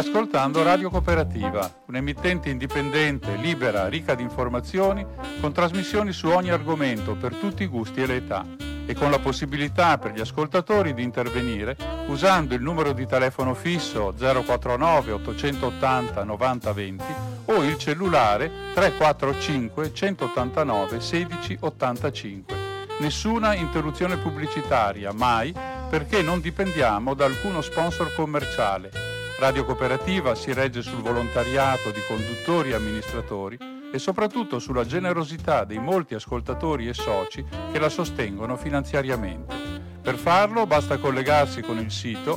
ascoltando Radio Cooperativa, un'emittente indipendente, libera, ricca di informazioni, con trasmissioni su ogni argomento per tutti i gusti e le età, e con la possibilità per gli ascoltatori di intervenire usando il numero di telefono fisso 049 880 90 20 o il cellulare 345 189 16 85. Nessuna interruzione pubblicitaria, mai, perché non dipendiamo da alcuno sponsor commerciale. Radio Cooperativa si regge sul volontariato di conduttori e amministratori e soprattutto sulla generosità dei molti ascoltatori e soci che la sostengono finanziariamente. Per farlo basta collegarsi con il sito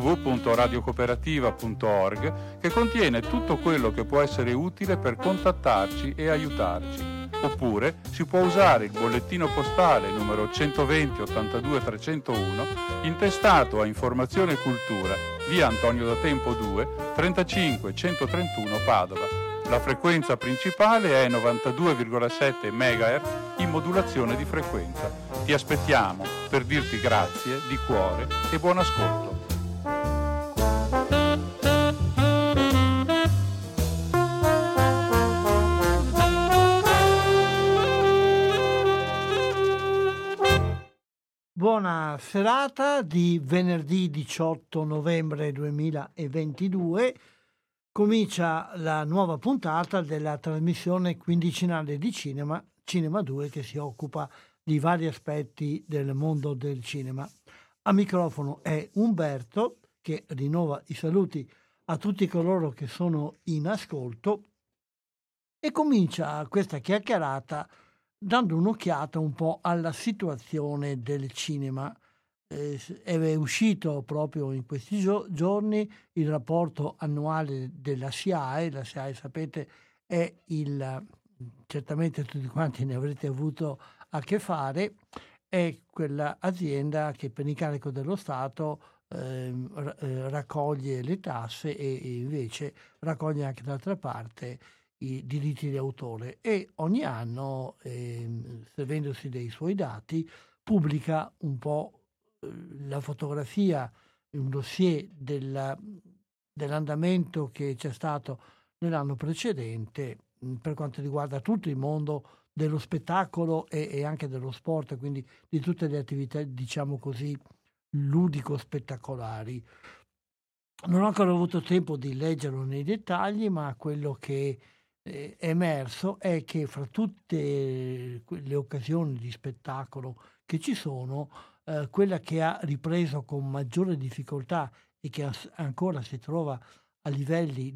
www.radiocooperativa.org, che contiene tutto quello che può essere utile per contattarci e aiutarci. Oppure si può usare il bollettino postale numero 120 82 301 intestato a Informazione e Cultura, via Antonio da Tempo 2, 35 131 Padova. La frequenza principale è 92,7 MHz in modulazione di frequenza. Ti aspettiamo per dirti grazie di cuore e buon ascolto. Buona serata di venerdì 18 novembre 2022. Comincia la nuova puntata della trasmissione quindicinale di Cinema 2, che si occupa di vari aspetti del mondo del cinema. A microfono è Umberto, che rinnova i saluti a tutti coloro che sono in ascolto e comincia questa chiacchierata dando un'occhiata un po' alla situazione del cinema. È uscito proprio in questi giorni il rapporto annuale della SIAE. La SIAE, sapete, è certamente tutti quanti ne avrete avuto a che fare, è quella azienda che per incarico dello Stato raccoglie le tasse e invece raccoglie anche d'altra parte i diritti di autore, e ogni anno, servendosi dei suoi dati, pubblica un po' la fotografia, un dossier dell'andamento che c'è stato nell'anno precedente per quanto riguarda tutto il mondo dello spettacolo e anche dello sport, quindi di tutte le attività, diciamo così, ludico-spettacolari. Non ho ancora avuto tempo di leggerlo nei dettagli, ma quello che è emerso è che fra tutte le occasioni di spettacolo che ci sono, quella che ha ripreso con maggiore difficoltà e che ancora si trova a livelli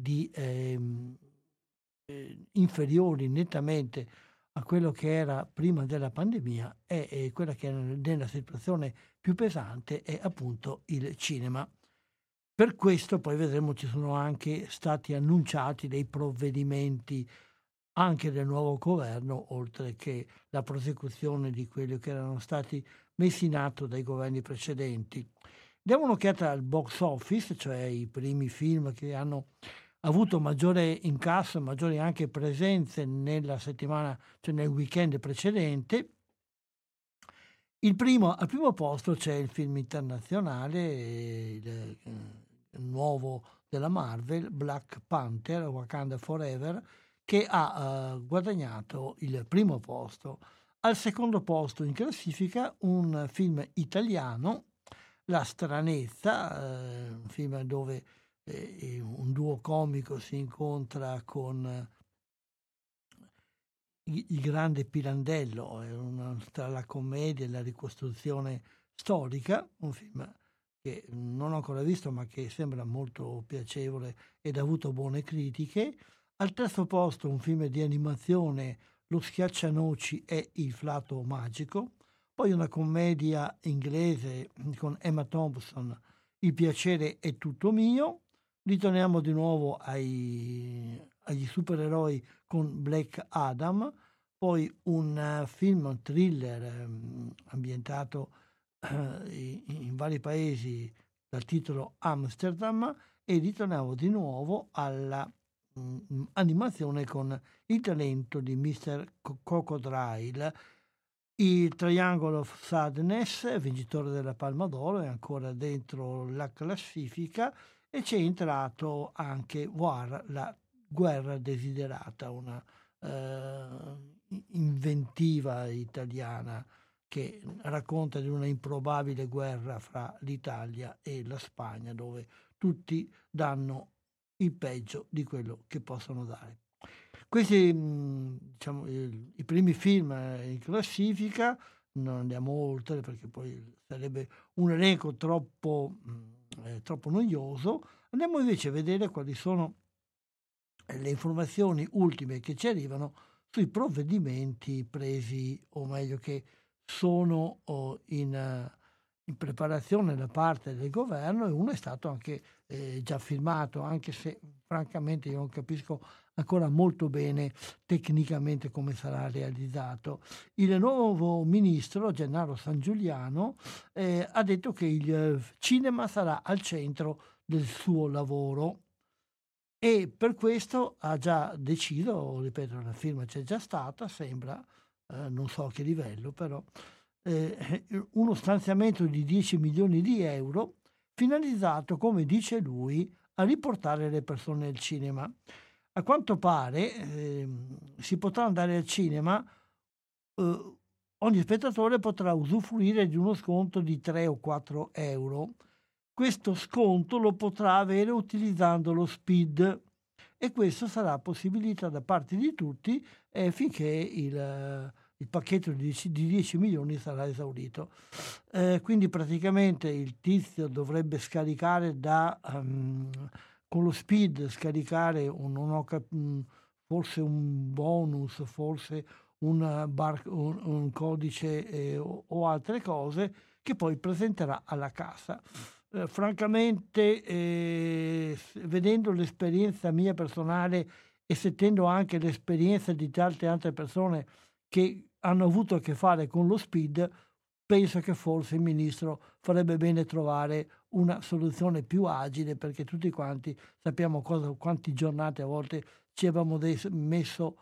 inferiori nettamente a quello che era prima della pandemia è quella che è nella situazione più pesante, è appunto il cinema. Per questo poi vedremo ci sono anche stati annunciati dei provvedimenti anche del nuovo governo, oltre che la prosecuzione di quelli che erano stati messi in atto dai governi precedenti. Diamo un'occhiata al box office, cioè i primi film che hanno avuto maggiore incasso e maggiori anche presenze nella settimana, cioè nel weekend precedente. Al primo posto c'è il film internazionale, il nuovo della Marvel, Black Panther, Wakanda Forever, che ha guadagnato il primo posto. Al secondo posto in classifica un film italiano, La Stranezza, un film dove un duo comico si incontra con il grande Pirandello, tra la commedia e la ricostruzione storica, un film che non ho ancora visto ma che sembra molto piacevole ed ha avuto buone critiche. Al terzo posto un film di animazione, Lo Schiaccianoci e Il Flato Magico, poi una commedia inglese con Emma Thompson, Il piacere è tutto mio. Ritorniamo di nuovo agli supereroi con Black Adam, poi un film thriller ambientato in vari paesi dal titolo Amsterdam, e ritorniamo di nuovo alla animazione con il talento di Mr. Crocodile. Il Triangle of Sadness, vincitore della Palma d'Oro, è ancora dentro la classifica e c'è entrato anche War, la guerra desiderata, una inventiva italiana che racconta di una improbabile guerra fra l'Italia e la Spagna, dove tutti danno il peggio di quello che possono dare. Questi, diciamo, i primi film in classifica, non andiamo oltre perché poi sarebbe un elenco troppo noioso. Andiamo invece a vedere quali sono le informazioni ultime che ci arrivano sui provvedimenti presi, o meglio che sono in preparazione da parte del governo, e uno è stato anche già firmato, anche se francamente io non capisco ancora molto bene tecnicamente come sarà realizzato. Il nuovo ministro Gennaro Sangiuliano ha detto che il cinema sarà al centro del suo lavoro, e per questo ha già deciso, ripeto, la firma c'è già stata, sembra, non so a che livello, però uno stanziamento di 10 milioni di euro finalizzato, come dice lui, a riportare le persone al cinema. A quanto pare si potrà andare al cinema, ogni spettatore potrà usufruire di uno sconto di 3 o 4 euro. Questo sconto lo potrà avere utilizzando lo SPID, e questo sarà possibilità da parte di tutti finché il pacchetto di 10 milioni sarà esaurito. Quindi praticamente il tizio dovrebbe scaricare con lo SPID scaricare forse un bonus, forse un codice o altre cose che poi presenterà alla cassa. Francamente, vedendo l'esperienza mia personale e sentendo anche l'esperienza di tante altre persone che hanno avuto a che fare con lo SPID, penso che forse il ministro farebbe bene trovare una soluzione più agile, perché tutti quanti sappiamo quanti giornate a volte ci avevamo messo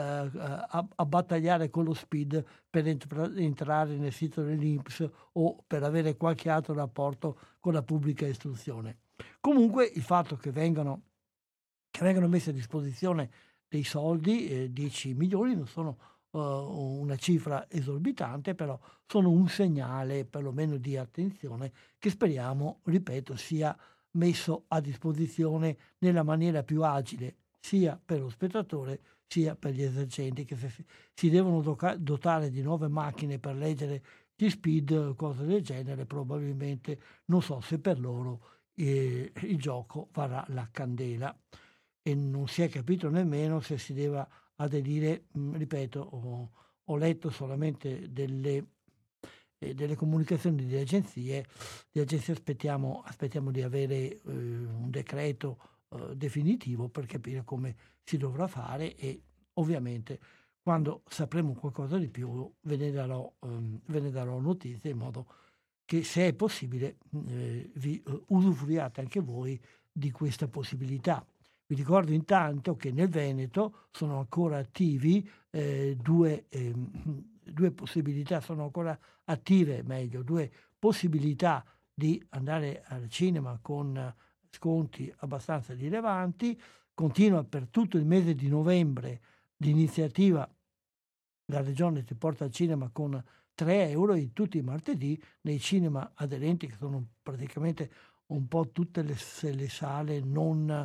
a battagliare con lo SPID per entrare nel sito dell'INPS o per avere qualche altro rapporto con la pubblica istruzione. Comunque il fatto che vengano messi a disposizione dei soldi, 10 milioni, non sono una cifra esorbitante, però sono un segnale perlomeno di attenzione che speriamo, ripeto, sia messo a disposizione nella maniera più agile, sia per lo spettatore sia per gli esercenti, che se si devono dotare di nuove macchine per leggere gli SPID, cose del genere, probabilmente non so se per loro il gioco varrà la candela, e non si è capito nemmeno se si deve aderire, ripeto, ho letto solamente delle comunicazioni di agenzie. Aspettiamo di avere un decreto definitivo per capire come si dovrà fare, e ovviamente quando sapremo qualcosa di più ve ne darò notizie, in modo che, se è possibile, vi usufruiate anche voi di questa possibilità. Vi ricordo intanto che nel Veneto sono ancora attivi due possibilità, sono ancora attive, meglio, due possibilità di andare al cinema con sconti abbastanza rilevanti. Continua per tutto il mese di novembre l'iniziativa La Regione ti porta al cinema con 3 euro in tutti i martedì nei cinema aderenti, che sono praticamente un po' tutte le sale non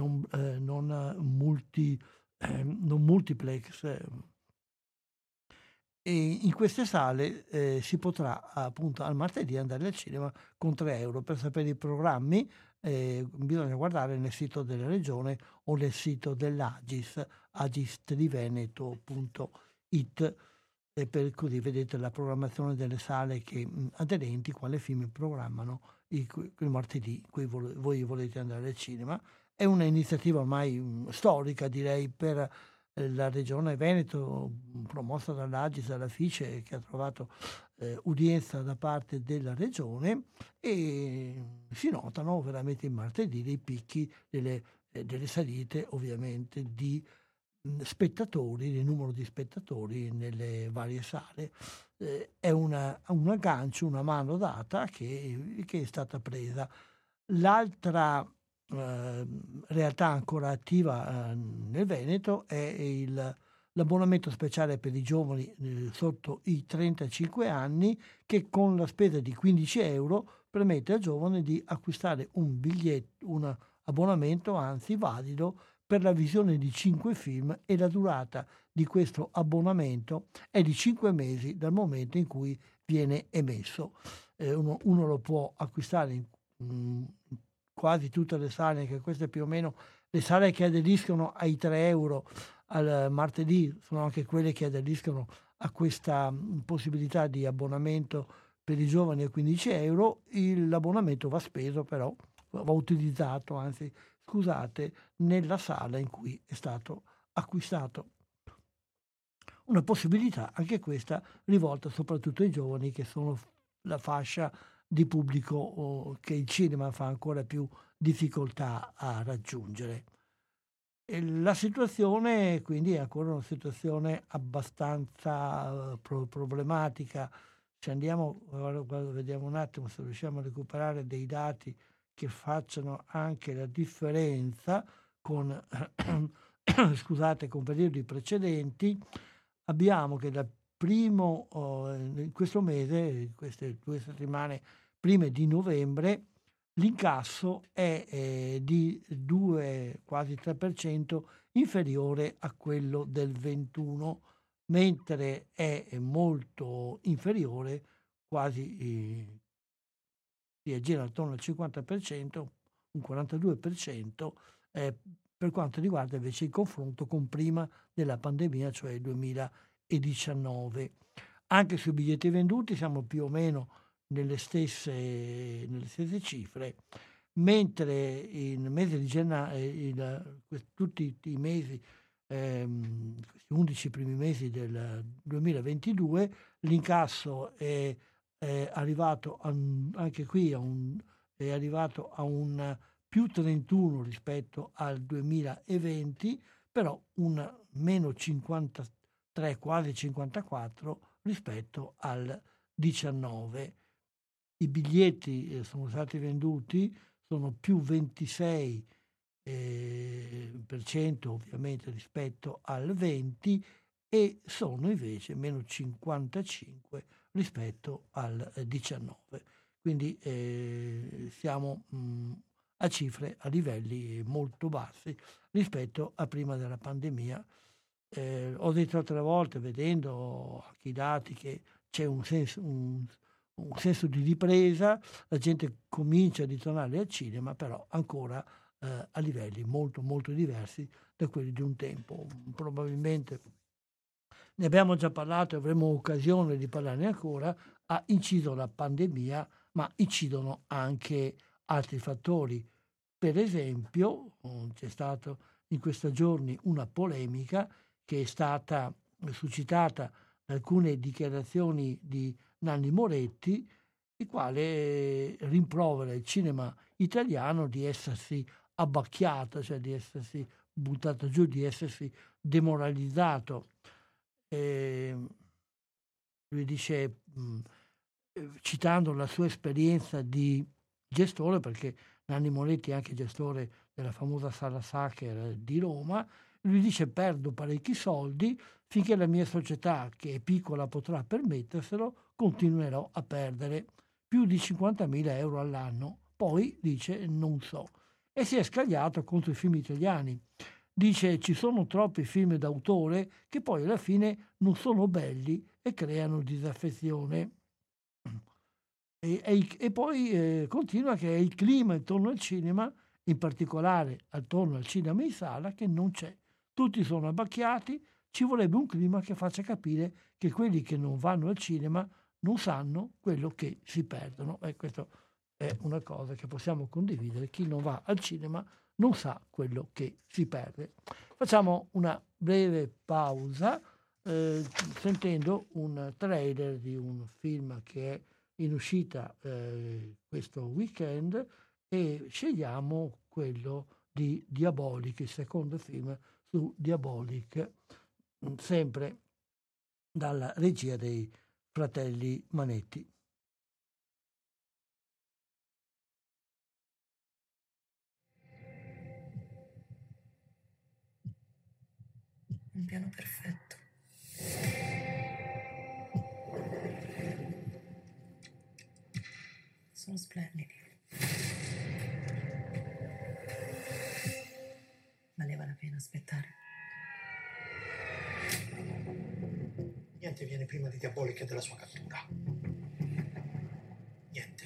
multiplex. E in queste sale si potrà appunto al martedì andare al cinema con 3 euro. Per sapere i programmi bisogna guardare nel sito della Regione o nel sito dell'Agis, agistriveneto.it, e per così vedete la programmazione delle sale aderenti, quale film programmano il martedì cui voi volete andare al cinema. È un'iniziativa ormai storica, direi, per la Regione Veneto, promossa dall'Agis, dalla FICE, che ha trovato udienza da parte della Regione, e si notano veramente il martedì dei picchi, delle salite ovviamente di spettatori, del numero di spettatori nelle varie sale. È un aggancio, una mano data che è stata presa. L'altra realtà ancora attiva nel Veneto è l'abbonamento speciale per i giovani sotto i 35 anni, che con la spesa di 15 euro permette al giovane di acquistare un abbonamento, anzi valido, per la visione di 5 film, e la durata di questo abbonamento è di 5 mesi dal momento in cui viene emesso. Uno lo può acquistare in quasi tutte le sale, anche queste più o meno le sale che aderiscono ai 3 euro al martedì sono anche quelle che aderiscono a questa possibilità di abbonamento per i giovani a 15 euro. L'abbonamento va speso, però va utilizzato, anzi scusate, nella sala in cui è stato acquistato. Una possibilità anche questa rivolta soprattutto ai giovani, che sono la fascia di pubblico che il cinema fa ancora più difficoltà a raggiungere. E la situazione quindi è ancora una situazione abbastanza problematica. Se andiamo, vediamo un attimo se riusciamo a recuperare dei dati che facciano anche la differenza con, scusate, con periodi precedenti. Abbiamo che dal primo, in questo mese, queste 2 settimane prime di novembre, l'incasso è di quasi 3% inferiore a quello del 21, mentre è molto inferiore, quasi si aggira attorno al 50%, un 42%, per quanto riguarda invece il confronto con prima della pandemia, cioè il 2019. Anche sui biglietti venduti siamo più o meno nelle stesse cifre, mentre il mese di gennaio, tutti i mesi, questi 11 primi mesi del 2022, l'incasso è arrivato anche qui è arrivato a un più 31 rispetto al 2020, però un meno 53, quasi 54 rispetto al 19. I biglietti sono stati venduti, sono più 26 per cento ovviamente rispetto al 20, e sono invece meno 55 rispetto al 19. Quindi siamo a cifre, a livelli molto bassi rispetto a prima della pandemia. Ho detto altre volte, vedendo anche i dati, che c'è un senso di ripresa, la gente comincia a ritornare al cinema, però ancora a livelli molto molto diversi da quelli di un tempo. Probabilmente ne abbiamo già parlato e avremo occasione di parlarne ancora. Ha inciso la pandemia, ma incidono anche altri fattori. Per esempio, c'è stato in questi giorni una polemica che è stata suscitata da alcune dichiarazioni di Nanni Moretti, il quale rimprovera il cinema italiano di essersi abbacchiato, cioè di essersi buttato giù, di essersi demoralizzato. Lui dice, citando la sua esperienza di gestore, perché Nanni Moretti è anche gestore della famosa Sala Sacher di Roma, lui dice: perdo parecchi soldi, finché la mia società, che è piccola, potrà permetterselo, continuerò a perdere più di 50.000 euro all'anno. Poi dice: non so. E si è scagliato contro i film italiani. Dice: ci sono troppi film d'autore che poi alla fine non sono belli e creano disaffezione. E poi continua che è il clima intorno al cinema, in particolare attorno al cinema in sala, che non c'è. Tutti sono abbacchiati, ci vorrebbe un clima che faccia capire che quelli che non vanno al cinema non sanno quello che si perdono. E questa è una cosa che possiamo condividere: chi non va al cinema non sa quello che si perde. Facciamo una breve pausa sentendo un trailer di un film che è in uscita questo weekend, e scegliamo quello di Diabolic, il secondo film su Diabolic, sempre dalla regia dei fratelli Manetti. Un piano perfetto. Sono splendidi. Valeva la pena aspettare. Niente viene prima di Diabolica e della sua cattura. Niente.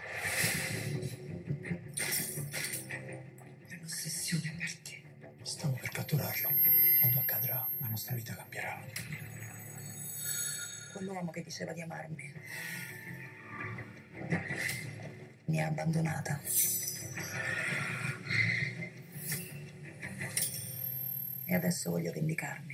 È un'ossessione per te. Stavo per catturarlo. Quando accadrà, la nostra vita cambierà. Quell'uomo che diceva di amarmi mi ha abbandonata. E adesso voglio vendicarmi.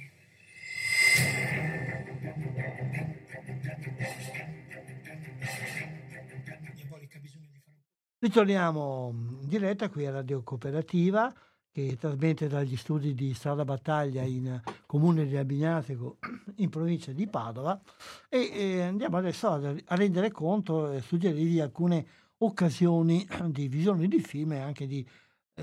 Diabolica ha bisogno di fare un... Ritorniamo in diretta qui a Radio Cooperativa, che trasmette dagli studi di Strada Battaglia in comune di Abignasego, in provincia di Padova, e andiamo adesso a rendere conto e suggerirvi alcune occasioni di visione di film e anche di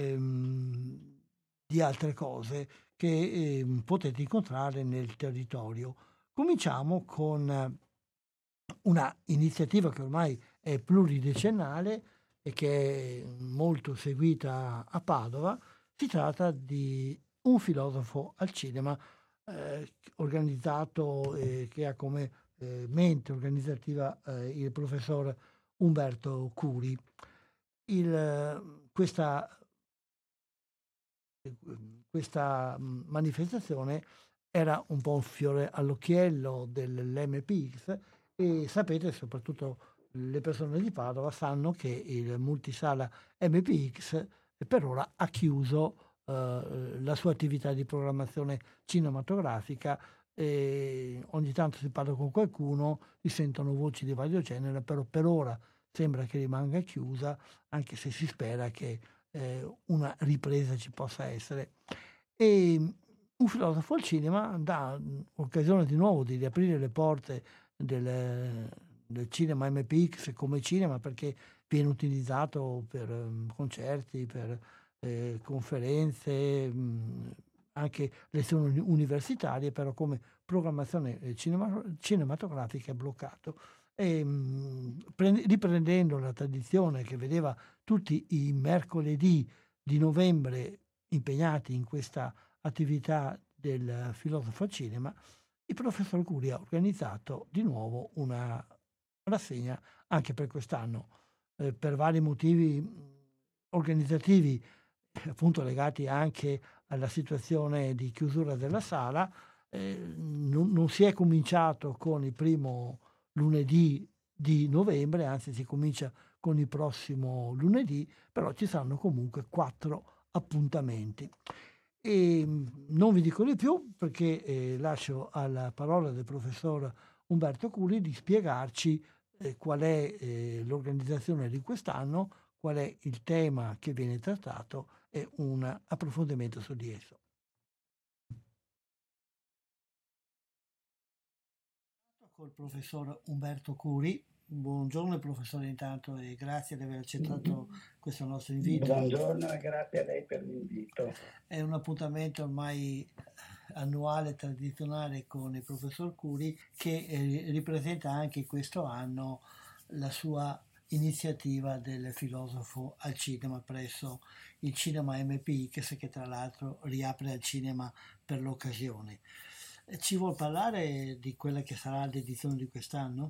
altre cose che potete incontrare nel territorio. Cominciamo con una iniziativa che ormai è pluridecennale e che è molto seguita a Padova. Si tratta di Un filosofo al cinema, organizzato che ha come mente organizzativa il professor Umberto Curi. Questa manifestazione era un po' un fiore all'occhiello dell'MPX, e sapete, soprattutto le persone di Padova sanno che il multisala MPX per ora ha chiuso la sua attività di programmazione cinematografica. E ogni tanto si parla con qualcuno, si sentono voci di vario genere, però per ora sembra che rimanga chiusa, anche se si spera che una ripresa ci possa essere. E Un filosofo al cinema dà occasione di nuovo di riaprire le porte del cinema MPX come cinema, perché viene utilizzato per concerti, per conferenze, anche lezioni universitarie, però come programmazione cinematografica è bloccato. E, riprendendo la tradizione che vedeva tutti i mercoledì di novembre impegnati in questa attività del filosofo al cinema, il professor Curi ha organizzato di nuovo una rassegna anche per quest'anno, per vari motivi organizzativi, appunto legati anche alla situazione di chiusura della sala. Non si è cominciato con il primo lunedì di novembre, anzi si comincia con il prossimo lunedì, però ci saranno comunque 4 appuntamenti. E non vi dico di più, perché lascio alla parola del professor Umberto Curi di spiegarci qual è l'organizzazione di quest'anno, qual è il tema che viene trattato e un approfondimento su di esso. Col professor Umberto Curi. Buongiorno professore intanto, e grazie di aver accettato questo nostro invito. Buongiorno e grazie a lei per l'invito. È un appuntamento ormai annuale, tradizionale con il professor Curi, che ripresenta anche questo anno la sua iniziativa del filosofo al cinema presso il Cinema MPX, che tra l'altro riapre al cinema per l'occasione. Ci vuol parlare di quella che sarà l'edizione di quest'anno?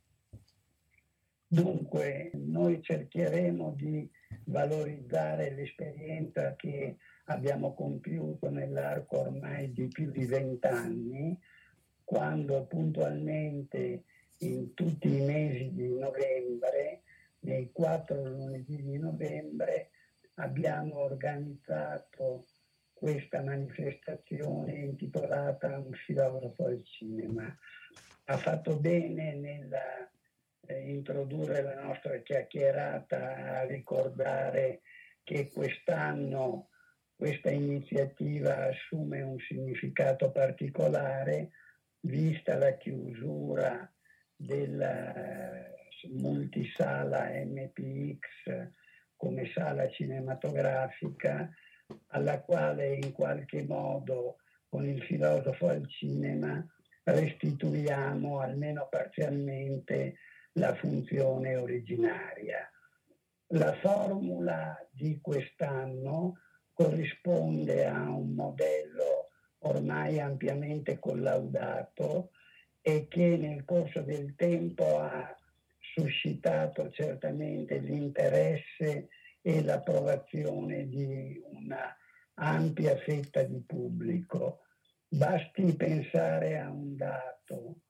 Dunque, noi cercheremo di valorizzare l'esperienza che abbiamo compiuto nell'arco ormai di più di 20 anni, quando puntualmente in tutti i mesi di novembre, nei 4 lunedì di novembre, abbiamo organizzato questa manifestazione intitolata Un filosofo al cinema. Ha fatto bene nella introdurre la nostra chiacchierata a ricordare che quest'anno questa iniziativa assume un significato particolare, vista la chiusura della multisala MPX come sala cinematografica, alla quale in qualche modo con il filosofo al cinema restituiamo almeno parzialmente la funzione originaria. La formula di quest'anno corrisponde a un modello ormai ampiamente collaudato e che nel corso del tempo ha suscitato certamente l'interesse e l'approvazione di una ampia fetta di pubblico. Basti pensare a un dato.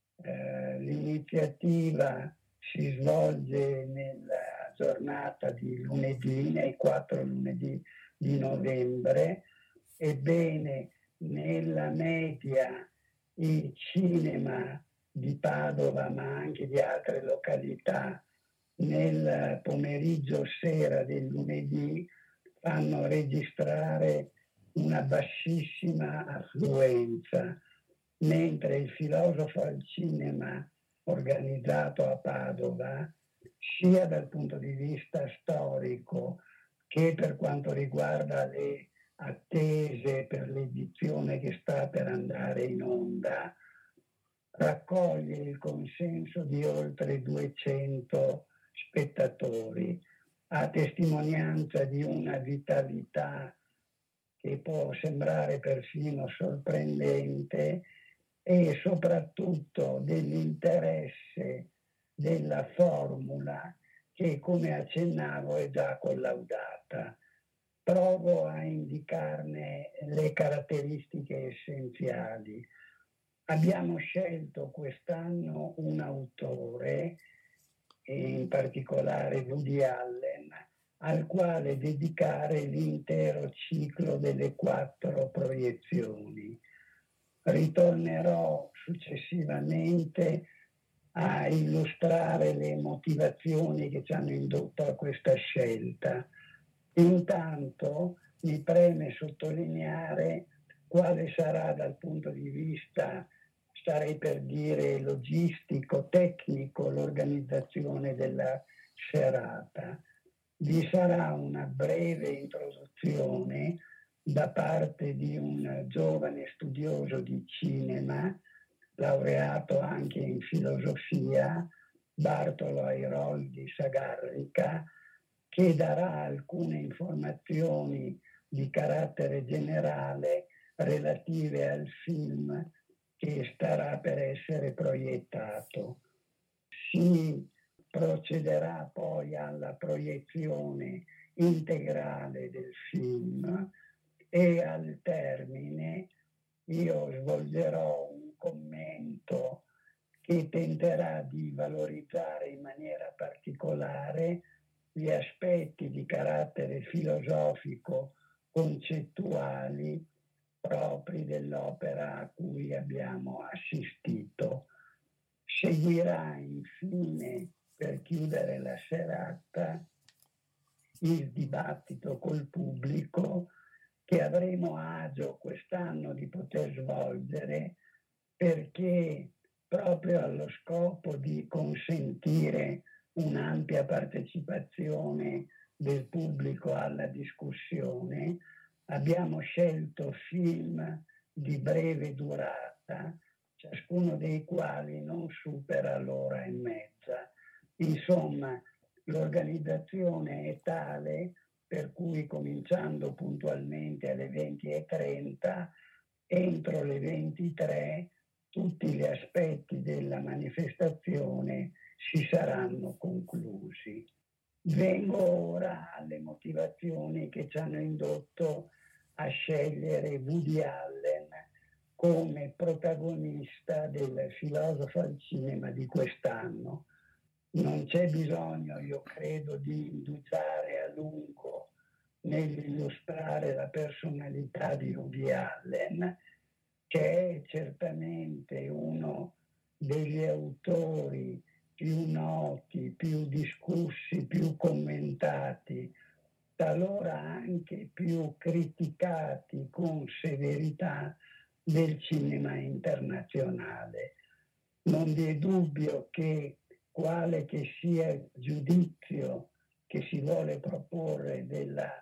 L'iniziativa si svolge nella giornata di lunedì, nei 4 lunedì di novembre. Ebbene, nella media il cinema di Padova, ma anche di altre località, nel pomeriggio sera del lunedì fanno registrare una bassissima affluenza, mentre il filosofo al cinema organizzato a Padova, sia dal punto di vista storico che per quanto riguarda le attese per l'edizione che sta per andare in onda, raccoglie il consenso di oltre 200 spettatori, a testimonianza di una vitalità che può sembrare perfino sorprendente e soprattutto dell'interesse della formula che, come accennavo, è già collaudata. Provo a indicarne le caratteristiche essenziali. Abbiamo scelto quest'anno un autore, in particolare Woody Allen, al quale dedicare l'intero ciclo delle 4 proiezioni. Ritornerò successivamente a illustrare le motivazioni che ci hanno indotto a questa scelta. Intanto mi preme sottolineare quale sarà dal punto di vista, starei per dire, logistico, tecnico, l'organizzazione della serata. Vi sarà una breve introduzione da parte di un giovane studioso di cinema, laureato anche in filosofia, Bartolo Airoldi Sagarrica, che darà alcune informazioni di carattere generale relative al film che starà per essere proiettato. Si procederà poi alla proiezione integrale del film e al termine io svolgerò un commento che tenterà di valorizzare in maniera particolare gli aspetti di carattere filosofico concettuali propri dell'opera a cui abbiamo assistito. Seguirà infine, per chiudere la serata, il dibattito col pubblico che avremo agio quest'anno di poter svolgere, perché proprio allo scopo di consentire un'ampia partecipazione del pubblico alla discussione, abbiamo scelto film di breve durata, ciascuno dei quali non supera l'ora e mezza. Insomma, l'organizzazione è tale per cui, cominciando puntualmente alle 20:30, entro le 23 tutti gli aspetti della manifestazione si saranno conclusi. Vengo ora alle motivazioni che ci hanno indotto a scegliere Woody Allen come protagonista del filosofo al cinema di quest'anno. Non c'è bisogno, io credo, di indugiare a lungo nell'illustrare la personalità di Woody Allen, che è certamente uno degli autori più noti, più discussi, più commentati, talora anche più criticati con severità del cinema internazionale. Non vi è dubbio che, quale che sia il giudizio che si vuole proporre della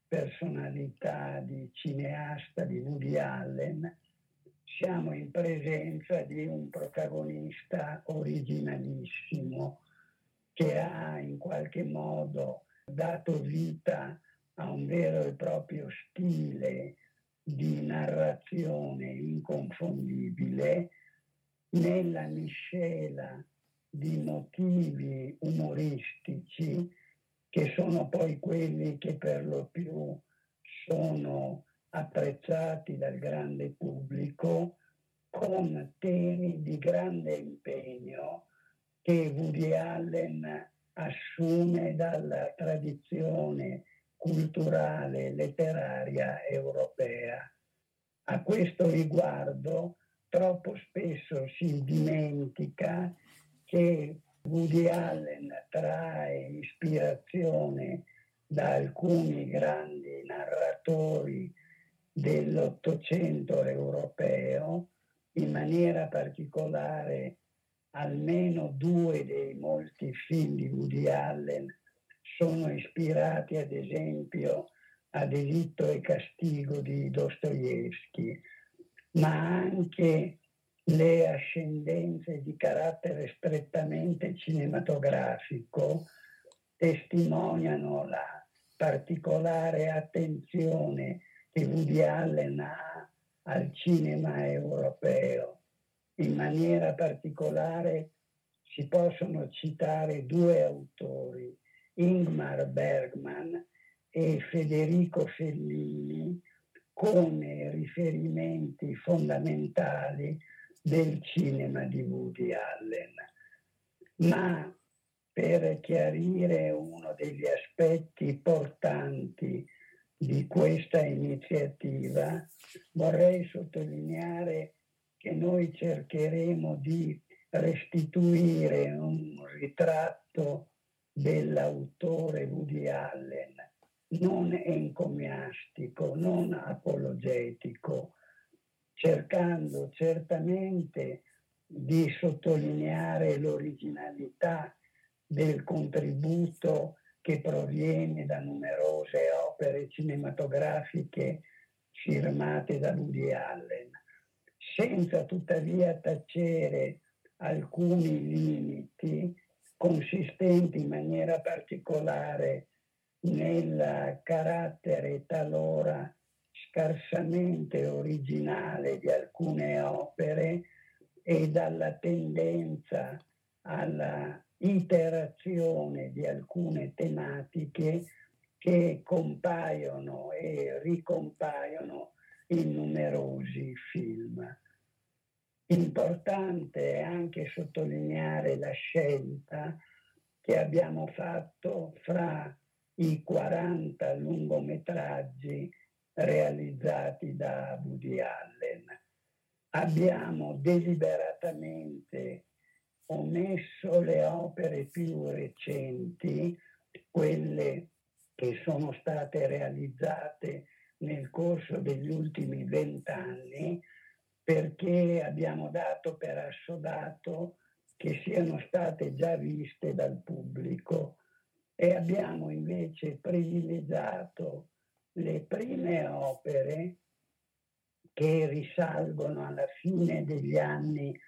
personalità di cineasta di Woody Allen, siamo in presenza di un protagonista originalissimo che ha in qualche modo dato vita a un vero e proprio stile di narrazione inconfondibile nella miscela di motivi umoristici che sono poi quelli che per lo più sono apprezzati dal grande pubblico, con temi di grande impegno che Woody Allen assume dalla tradizione culturale letteraria europea. A questo riguardo troppo spesso si dimentica che Woody Allen trae ispirazione da alcuni grandi narratori dell'Ottocento europeo, in maniera particolare almeno 2 dei molti film di Woody Allen sono ispirati ad esempio a Delitto e Castigo di Dostoevskij, ma anche le ascendenze di carattere strettamente cinematografico testimoniano la particolare attenzione che Woody Allen ha al cinema europeo. In maniera particolare si possono citare 2 autori, Ingmar Bergman e Federico Fellini, come riferimenti fondamentali del cinema di Woody Allen. Ma per chiarire uno degli aspetti portanti di questa iniziativa, vorrei sottolineare che noi cercheremo di restituire un ritratto dell'autore Woody Allen, non encomiastico, non apologetico, cercando certamente di sottolineare l'originalità del contributo che proviene da numerose opere cinematografiche firmate da Woody Allen, senza tuttavia tacere alcuni limiti consistenti in maniera particolare nel carattere talora scarsamente originale di alcune opere e dalla tendenza alla iterazione di alcune tematiche che compaiono e ricompaiono in numerosi film. Importante è anche sottolineare la scelta che abbiamo fatto fra i 40 lungometraggi realizzati da Woody Allen. Abbiamo deliberatamente omesso le opere più recenti, quelle che sono state realizzate nel corso degli ultimi 20 anni, perché abbiamo dato per assodato che siano state già viste dal pubblico e abbiamo invece privilegiato le prime opere che risalgono alla fine degli anni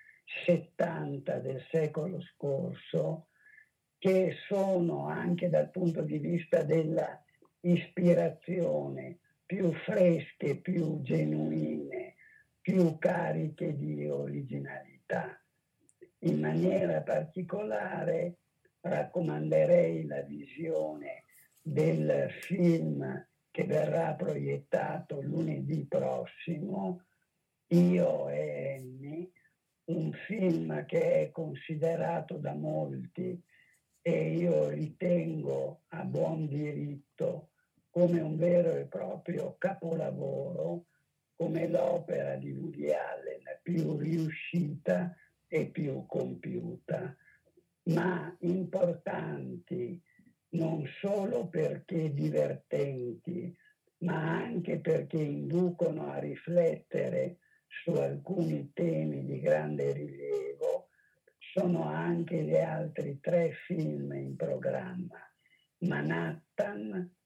70 del secolo scorso, che sono anche dal punto di vista della ispirazione più fresche, più genuine, più cariche di originalità. In maniera particolare raccomanderei la visione del film che verrà proiettato lunedì prossimo, Io e Annie, un film che è considerato da molti e io ritengo a buon diritto come un vero e proprio capolavoro, come l'opera di Woody Allen più riuscita e più compiuta, ma importanti non solo perché divertenti, ma anche perché inducono a riflettere su alcuni temi di grande rilievo, sono anche gli altri 3 film in programma: Manhattan,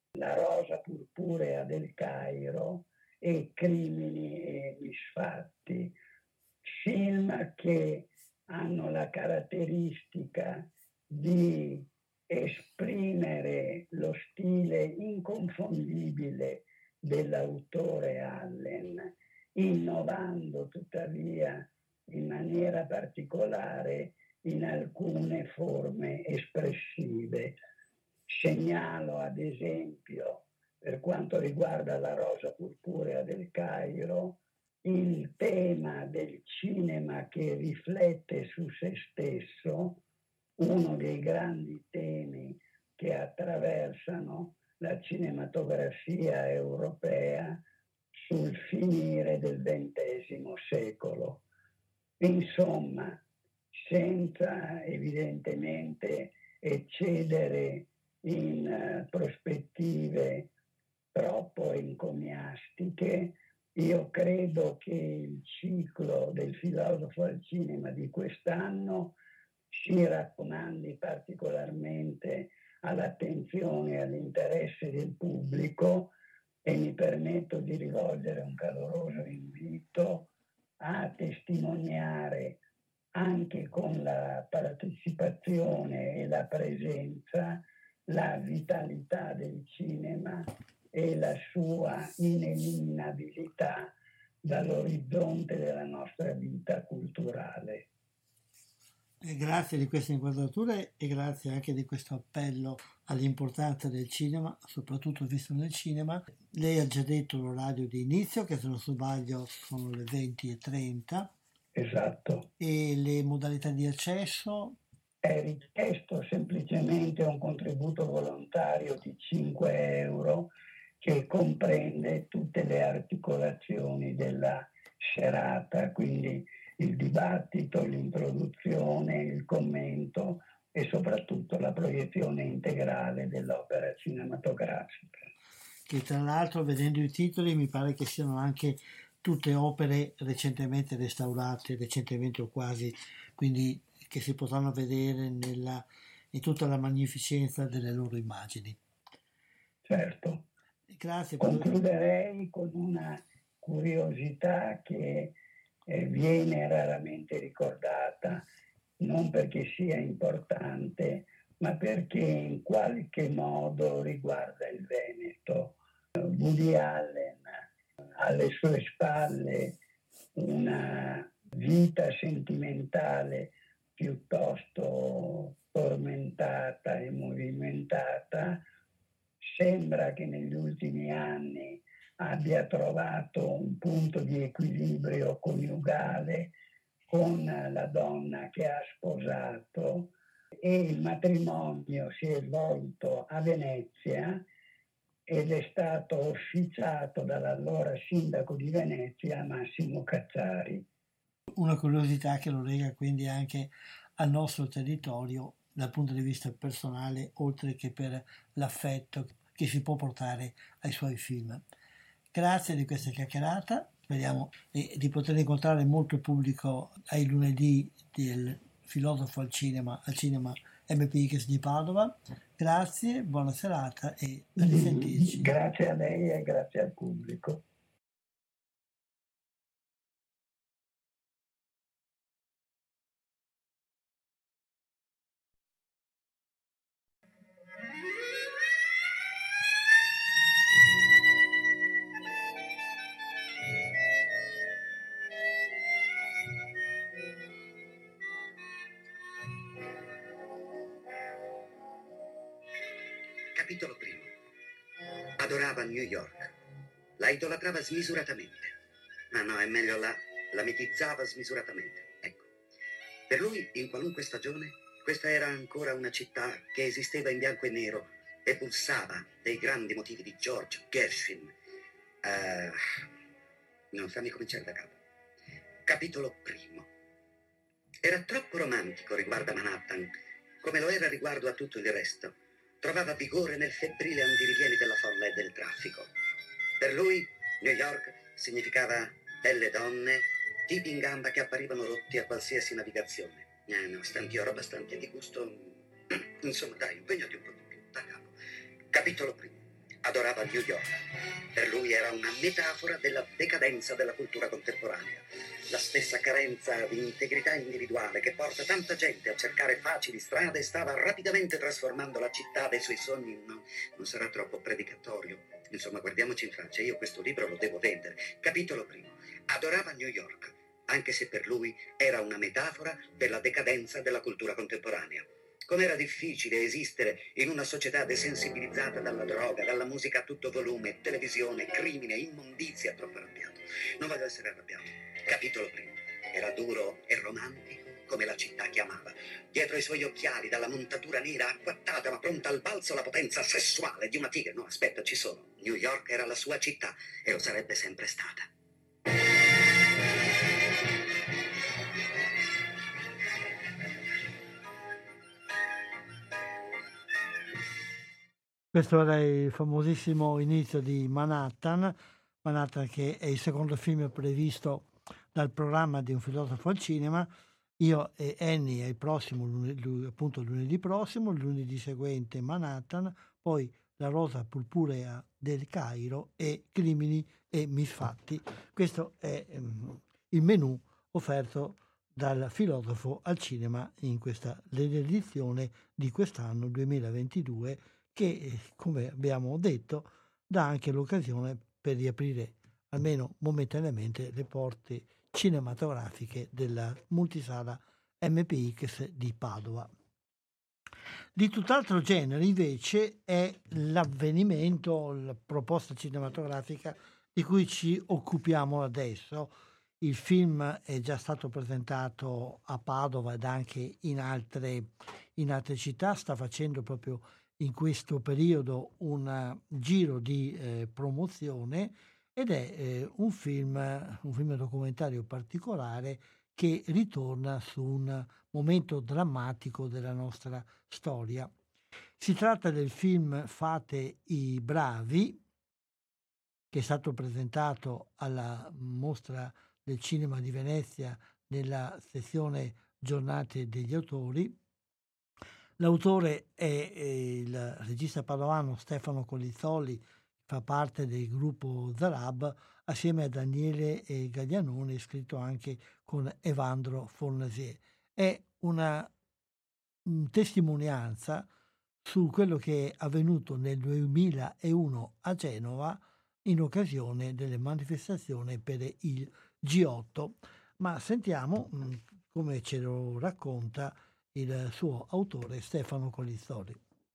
La rosa purpurea del Cairo e Crimini e misfatti, film che hanno la caratteristica di esprimere lo stile inconfondibile dell'autore Allen, innovando tuttavia in maniera particolare in alcune forme espressive. Segnalo ad esempio, per quanto riguarda la rosa purpurea del Cairo, il tema del cinema che riflette su se stesso, uno dei grandi temi che attraversano la cinematografia europea sul finire del XX secolo. Insomma, senza evidentemente eccedere in prospettive troppo encomiastiche, io credo che il ciclo del filosofo al cinema di quest'anno si raccomandi particolarmente all'attenzione e all'interesse del pubblico, e mi permetto di rivolgere un caloroso invito a testimoniare anche con la partecipazione e la presenza la vitalità del cinema e la sua ineliminabilità dall'orizzonte della nostra vita culturale. Grazie di queste inquadrature e grazie anche di questo appello all'importanza del cinema, soprattutto visto nel cinema. Lei ha già detto l'orario di inizio, che se non sbaglio sono le 20:30. Esatto. E le modalità di accesso? È richiesto semplicemente un contributo volontario di 5 euro che comprende tutte le articolazioni della serata, quindi il dibattito, l'introduzione, il commento e soprattutto la proiezione integrale dell'opera cinematografica. Che tra l'altro, vedendo i titoli, mi pare che siano anche tutte opere recentemente restaurate, recentemente o quasi, quindi che si potranno vedere in tutta la magnificenza delle loro immagini. Certo. Grazie. Concluderei con una curiosità che viene raramente ricordata, non perché sia importante, ma perché in qualche modo riguarda il Veneto. Woody Allen alle sue spalle una vita sentimentale piuttosto tormentata e movimentata. Sembra che negli ultimi anni abbia trovato un punto di equilibrio coniugale con la donna che ha sposato, e il matrimonio si è svolto a Venezia ed è stato officiato dall'allora sindaco di Venezia Massimo Cazzari. Una curiosità che lo lega quindi anche al nostro territorio dal punto di vista personale, oltre che per l'affetto che si può portare ai suoi film. Grazie di questa chiacchierata, speriamo di poter incontrare molto pubblico ai lunedì del filosofo al cinema MPX di Padova. Grazie, buona serata e a risentirci. Grazie a lei e grazie al pubblico. Capitolo primo. Adorava New York. La idolatrava smisuratamente. Ma no, è meglio la mitizzava smisuratamente. Ecco. Per lui, in qualunque stagione, questa era ancora una città che esisteva in bianco e nero e pulsava dei grandi motivi di George Gershwin. Non fammi cominciare da capo. Capitolo primo. Era troppo romantico riguardo a Manhattan, come lo era riguardo a tutto il resto. Trovava vigore nel febbrile andirivieni della folla e del traffico. Per lui New York significava belle donne, tipi in gamba che apparivano rotti a qualsiasi navigazione. No, stanti o roba stanti di gusto. Insomma, dai, impegnati un po' di più, da capo. Capitolo primo. Adorava New York. Per lui era una metafora della decadenza della cultura contemporanea. La stessa carenza di integrità individuale che porta tanta gente a cercare facili strade stava rapidamente trasformando la città dei suoi sogni. No, non sarà troppo predicatorio. Insomma, guardiamoci in faccia, io questo libro lo devo vendere. Capitolo primo. Adorava New York, anche se per lui era una metafora della decadenza della cultura contemporanea. Com'era difficile esistere in una società desensibilizzata dalla droga, dalla musica a tutto volume, televisione, crimine, immondizia. Troppo arrabbiato. Non voglio essere arrabbiato. Capitolo primo. Era duro e romantico come la città chiamava. Dietro i suoi occhiali, dalla montatura nera acquattata ma pronta al balzo, la potenza sessuale di una tigre. No, aspetta, ci sono. New York era la sua città e lo sarebbe sempre stata. Questo era il famosissimo inizio di Manhattan, che è il secondo film previsto dal programma di Un filosofo al cinema. Io e Annie è il prossimo, appunto lunedì prossimo, lunedì seguente Manhattan, poi La rosa purpurea del Cairo e Crimini e misfatti. Questo è il menù offerto dal filosofo al cinema in questa l'edizione di quest'anno 2022, che, come abbiamo detto, dà anche l'occasione per riaprire almeno momentaneamente le porte cinematografiche della multisala MPX di Padova. Di tutt'altro genere invece è l'avvenimento, la proposta cinematografica di cui ci occupiamo adesso. Il film è già stato presentato a Padova ed anche in altre città, sta facendo proprio in questo periodo un giro di promozione ed è un film documentario particolare che ritorna su un momento drammatico della nostra storia. Si tratta del film Fate i bravi, che è stato presentato alla Mostra del Cinema di Venezia nella sezione Giornate degli autori. L'autore è il regista padovano Stefano Colizzoli, fa parte del gruppo Zarab, assieme a Daniele Gaglianone, scritto anche con Evandro Fornasier. È una testimonianza su quello che è avvenuto nel 2001 a Genova in occasione delle manifestazioni per il G8. Ma sentiamo come ce lo racconta il suo autore Stefano Colizzoli.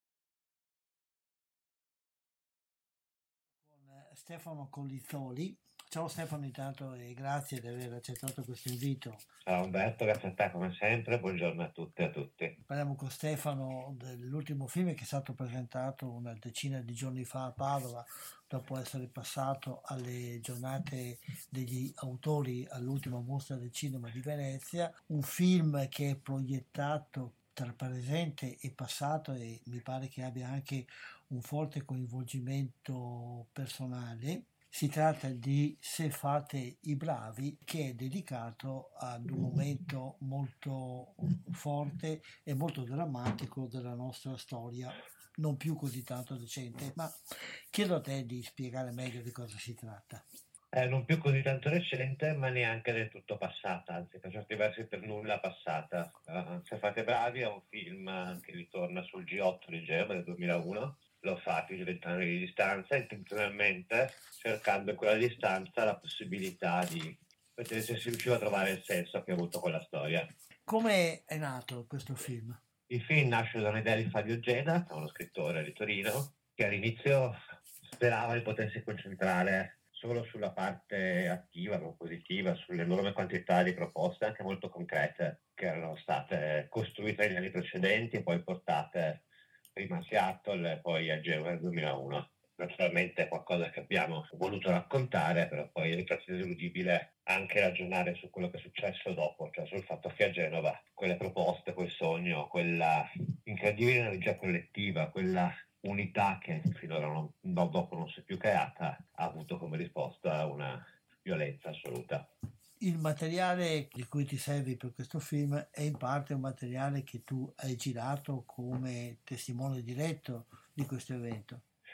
Con Stefano Colizzoli. Ciao Stefano, intanto, e grazie di aver accettato questo invito. Ciao Umberto, grazie a te come sempre, buongiorno a tutte e a tutti. Parliamo con Stefano dell'ultimo film che è stato presentato una decina di giorni fa a Padova, dopo essere passato alle giornate degli autori all'ultima mostra del cinema di Venezia. Un film che è proiettato tra presente e passato e mi pare che abbia anche un forte coinvolgimento personale. Si tratta di Se fate i bravi, che è dedicato ad un momento molto forte e molto drammatico della nostra storia, non più così tanto recente, ma chiedo a te di spiegare meglio di cosa si tratta. Non più così tanto recente, ma neanche del tutto passata, anzi per certi versi per nulla passata. Se fate i bravi è un film che ritorna sul G8 di Genova del 2001. Lo fa più di 20 anni di distanza, intenzionalmente cercando in quella distanza la possibilità di vedere se si riusciva a trovare il senso che ha avuto quella storia. Come è nato questo film? Il film nasce da un'idea di Fabio Geda, uno scrittore di Torino, che all'inizio sperava di potersi concentrare solo sulla parte attiva, propositiva, sull'enorme quantità di proposte anche molto concrete che erano state costruite negli anni precedenti e poi portate prima a Seattle e poi a Genova nel 2001. Naturalmente è qualcosa che abbiamo voluto raccontare, però poi è risultato ineludibile anche ragionare su quello che è successo dopo, cioè sul fatto che a Genova quelle proposte, quel sogno, quella incredibile energia collettiva, quella unità che finora dopo non si è più creata, ha avuto come risposta una violenza assoluta. Il materiale di cui ti servi per questo film è in parte un materiale che tu hai girato come testimone diretto di questo evento.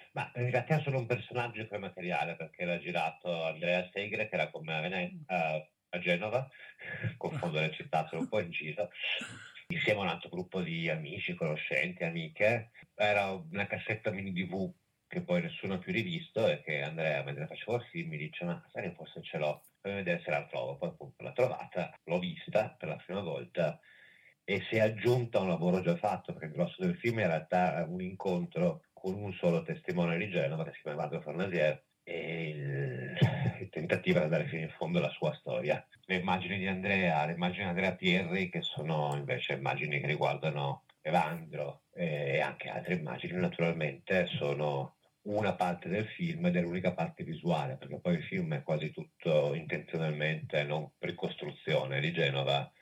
Ma in realtà è solo un personaggio come materiale, perché l'ha girato Andrea Segre, che era con me a Genova, confondo le città, sono un po' in giro, insieme a un altro gruppo di amici, conoscenti, amiche. Era una cassetta mini DV che poi nessuno ha più rivisto, e che Andrea, mentre facevo il film, mi dice: ma sai che forse ce l'ho, fammi vedere se la trovo. Poi appunto l'ho trovata, l'ho vista per la prima volta e si è aggiunta a un lavoro già fatto, perché il grosso del film in realtà è un incontro con un solo testimone di Genova che si chiama Marco Fornasier, e il tentativo di andare fino in fondo alla sua storia. Le immagini di Andrea Pierri, che sono invece immagini che riguardano Evandro, e anche altre immagini naturalmente, sono una parte del film ed è l'unica parte visuale, perché poi il film è quasi tutto intenzionalmente non ricostruzione di Genova,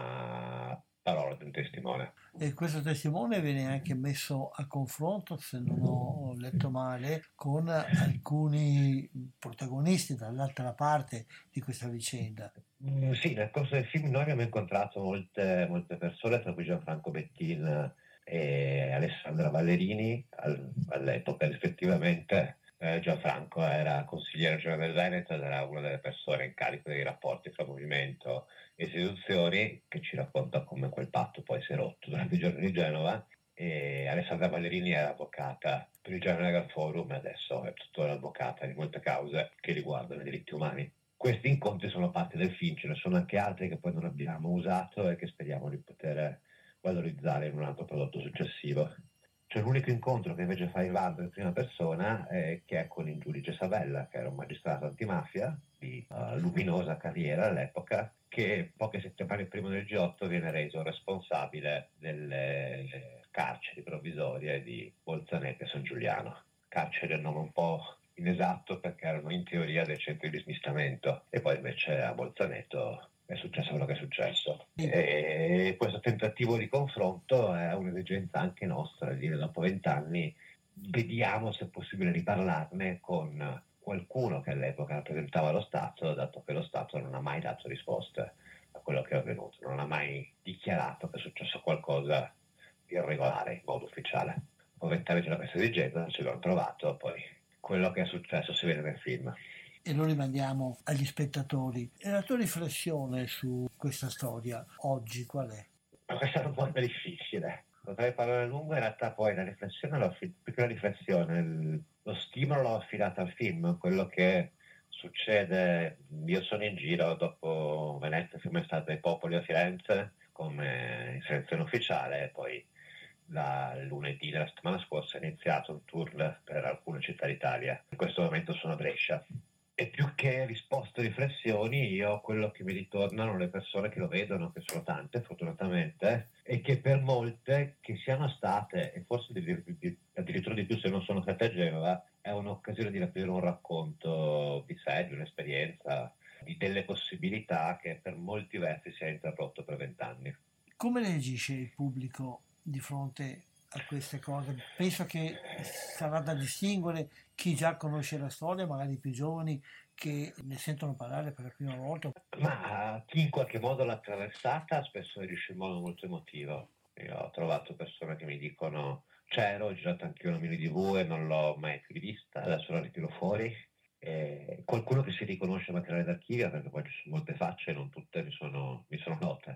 ma parola di un testimone. E questo testimone viene anche messo a confronto, se non ho letto male, con alcuni protagonisti dall'altra parte di questa vicenda. Sì, nel corso del film noi abbiamo incontrato molte persone, tra cui Gianfranco Bettin e Alessandra Vallerini. All'epoca rispettivamente Gianfranco era consigliere regionale del Veneto ed era una delle persone in carico dei rapporti tra movimento e istituzioni, che ci racconta come quel patto poi si è rotto durante i giorni di Genova. E Alessandra Vallerini era avvocata per il General Forum e adesso è tuttora avvocata di molte cause che riguardano i diritti umani. Questi incontri sono parte del film, ce ne sono anche altri che poi non abbiamo usato e che speriamo di poter valorizzare in un altro prodotto successivo. C'è l'unico incontro che invece fa Evandro in prima persona, che è con il giudice Savella, che era un magistrato antimafia di luminosa carriera all'epoca, che poche settimane prima del G8 viene reso responsabile delle carceri provvisorie di Bolzaneto e San Giuliano. Carceri del nome un po' inesatto, perché erano in teoria dei centri di smistamento, e poi invece a Bolzaneto è successo quello che è successo. E questo tentativo di confronto è un'esigenza anche nostra, di dire, dopo 20 anni vediamo se è possibile riparlarne con qualcuno che all'epoca rappresentava lo Stato, dato che lo Stato non ha mai dato risposte a quello che è avvenuto, non ha mai dichiarato che è successo qualcosa di irregolare in modo ufficiale. Dopo 20 anni c'era questa esigenza, ce l'hanno trovato, poi quello che è successo si vede nel film. E lo rimandiamo agli spettatori. E la tua riflessione su questa storia oggi qual è? Ma questa è una domanda difficile. Potrei parlare a lungo, in realtà poi la riflessione, più che la riflessione, lo stimolo l'ho affidato al film. Quello che succede, io sono in giro dopo Venezia, il film è stato ai Popoli a Firenze come selezione ufficiale, e poi da lunedì della settimana scorsa è iniziato un tour per alcune città d'Italia. In questo momento sono a Brescia. E più che risposte e riflessioni, io quello che mi ritornano le persone che lo vedono, che sono tante fortunatamente, e che per molte che siano state, e forse addirittura di più se non sono state a Genova, è un'occasione di aprire un racconto di sé, di un'esperienza, di delle possibilità che per molti versi si è interrotto per 20 anni. Come reagisce il pubblico di fronte a queste cose? Penso che sarà da distinguere chi già conosce la storia, magari i più giovani che ne sentono parlare per la prima volta. Ma chi in qualche modo l'ha attraversata spesso reagisce in modo molto emotivo. Io ho trovato persone che mi dicono: c'ero, ho girato anche una mini TV e non l'ho mai più rivista, adesso la ritiro fuori. E qualcuno che si riconosce materiale d'archivio, perché poi ci sono molte facce, non tutte mi sono note.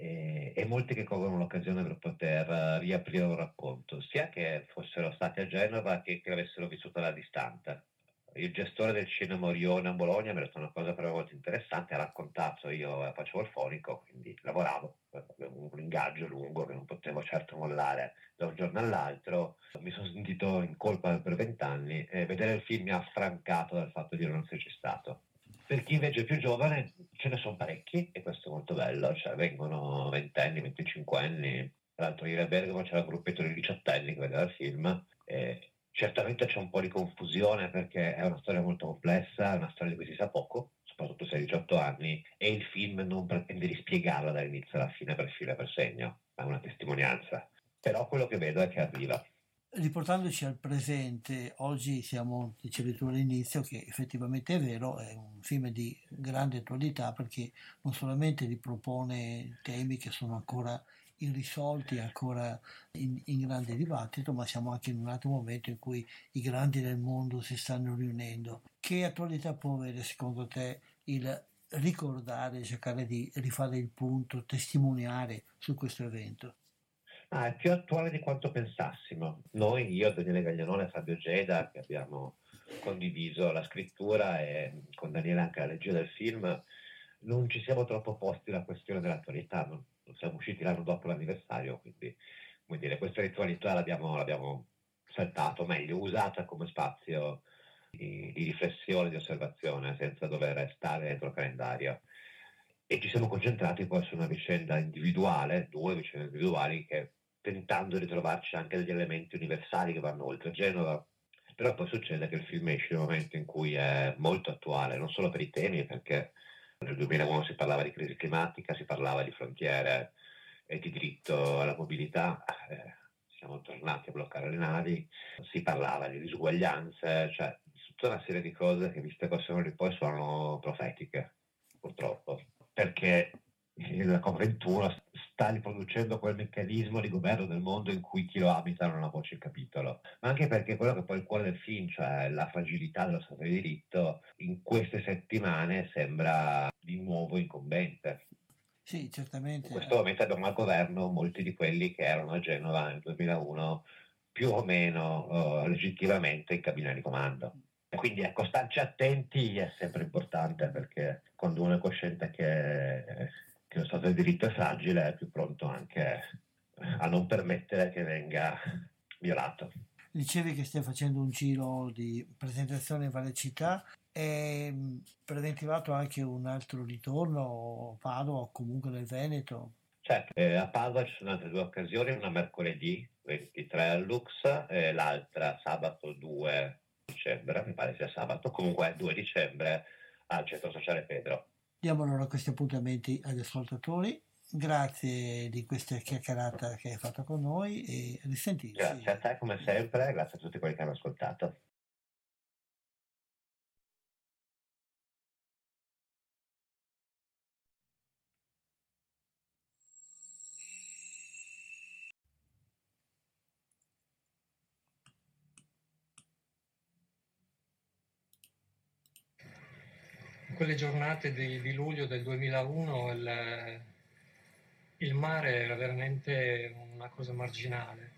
E molti che colgono l'occasione per poter riaprire un racconto, sia che fossero stati a Genova che l'avessero vissuto alla distanza. Il gestore del cinema Orione a Bologna mi ha detto una cosa per me molto interessante: ha raccontato, io facevo il fonico, quindi lavoravo, avevo un ingaggio lungo che non potevo certo mollare da un giorno all'altro, mi sono sentito in colpa per 20 anni e vedere il film mi ha affrancato dal fatto di non esserci stato. Per chi invece è più giovane ce ne sono parecchi, e questo è molto bello, cioè vengono 20enni, 25enni. Tra l'altro ieri a Bergamo c'era un gruppetto di 18enni che vedeva il film, e certamente c'è un po' di confusione perché è una storia molto complessa, è una storia di cui si sa poco, soprattutto se hai 18 anni, e il film non pretende di spiegarla dall'inizio alla fine per filo e per segno, è una testimonianza. Però quello che vedo è che arriva. Riportandoci al presente, oggi siamo, dicevi tu all'inizio, che effettivamente è vero, è un film di grande attualità perché non solamente ripropone temi che sono ancora irrisolti, ancora in grande dibattito, ma siamo anche in un altro momento in cui i grandi del mondo si stanno riunendo. Che attualità può avere secondo te il ricordare, cercare di rifare il punto, testimoniare su questo evento? È più attuale di quanto pensassimo. Noi, io, Daniele Gaglianone e Fabio Geda, che abbiamo condiviso la scrittura e con Daniele anche la regia del film, non ci siamo troppo posti la questione dell'attualità, non siamo usciti l'anno dopo l'anniversario, quindi come dire, questa ritualità l'abbiamo saltato, meglio, usata come spazio di riflessione, di osservazione, senza dover stare dentro il calendario. E ci siamo concentrati poi su una vicenda individuale, due vicende individuali, che tentando di trovarci anche degli elementi universali che vanno oltre Genova, però poi succede che il film esce in un momento in cui è molto attuale, non solo per i temi, perché nel 2001 si parlava di crisi climatica, si parlava di frontiere e di diritto alla mobilità, siamo tornati a bloccare le navi, si parlava di disuguaglianze, cioè tutta una serie di cose che viste così poi sono profetiche, purtroppo, perché la COP21 sta riproducendo quel meccanismo di governo del mondo in cui chi lo abita non ha voce in capitolo, ma anche perché quello che poi è il cuore del film, cioè la fragilità dello Stato di diritto, in queste settimane sembra di nuovo incombente. Sì, certamente. In questo momento abbiamo al governo molti di quelli che erano a Genova nel 2001 più o meno legittimamente in cabina di comando. Quindi ecco, starci attenti è sempre importante, perché quando uno è cosciente che lo Stato di diritto è fragile è più pronto anche a non permettere che venga violato. Dicevi che stai facendo un giro di presentazione in varie città, è preventivato anche un altro ritorno a Padova o comunque nel Veneto? Certo, a Padova ci sono altre due occasioni, una mercoledì 23 al Lux e l'altra sabato 2 dicembre, mi pare sia sabato, comunque è 2 dicembre al Centro Sociale Pedro. Diamo allora questi appuntamenti agli ascoltatori. Grazie di questa chiacchierata che hai fatto con noi e a risentirci. Grazie a te come sempre, grazie a tutti quelli che hanno ascoltato. In quelle giornate di luglio del 2001 il mare era veramente una cosa marginale.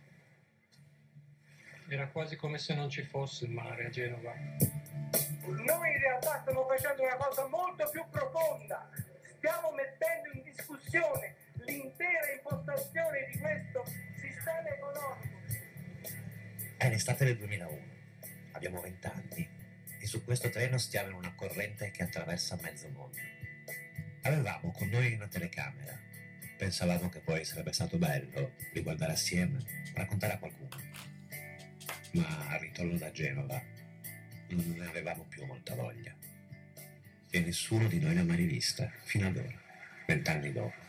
Era quasi come se non ci fosse il mare a Genova. Noi in realtà stiamo facendo una cosa molto più profonda. Stiamo mettendo in discussione l'intera impostazione di questo sistema economico. È l'estate del 2001. Abbiamo 20 anni e su questo treno stiamo in una corrente che attraversa mezzo mondo. Avevamo con noi una telecamera. Pensavamo che poi sarebbe stato bello riguardare assieme, raccontare a qualcuno. Ma al ritorno da Genova non ne avevamo più molta voglia. E nessuno di noi l'ha mai rivista, fino ad ora, 20 anni dopo.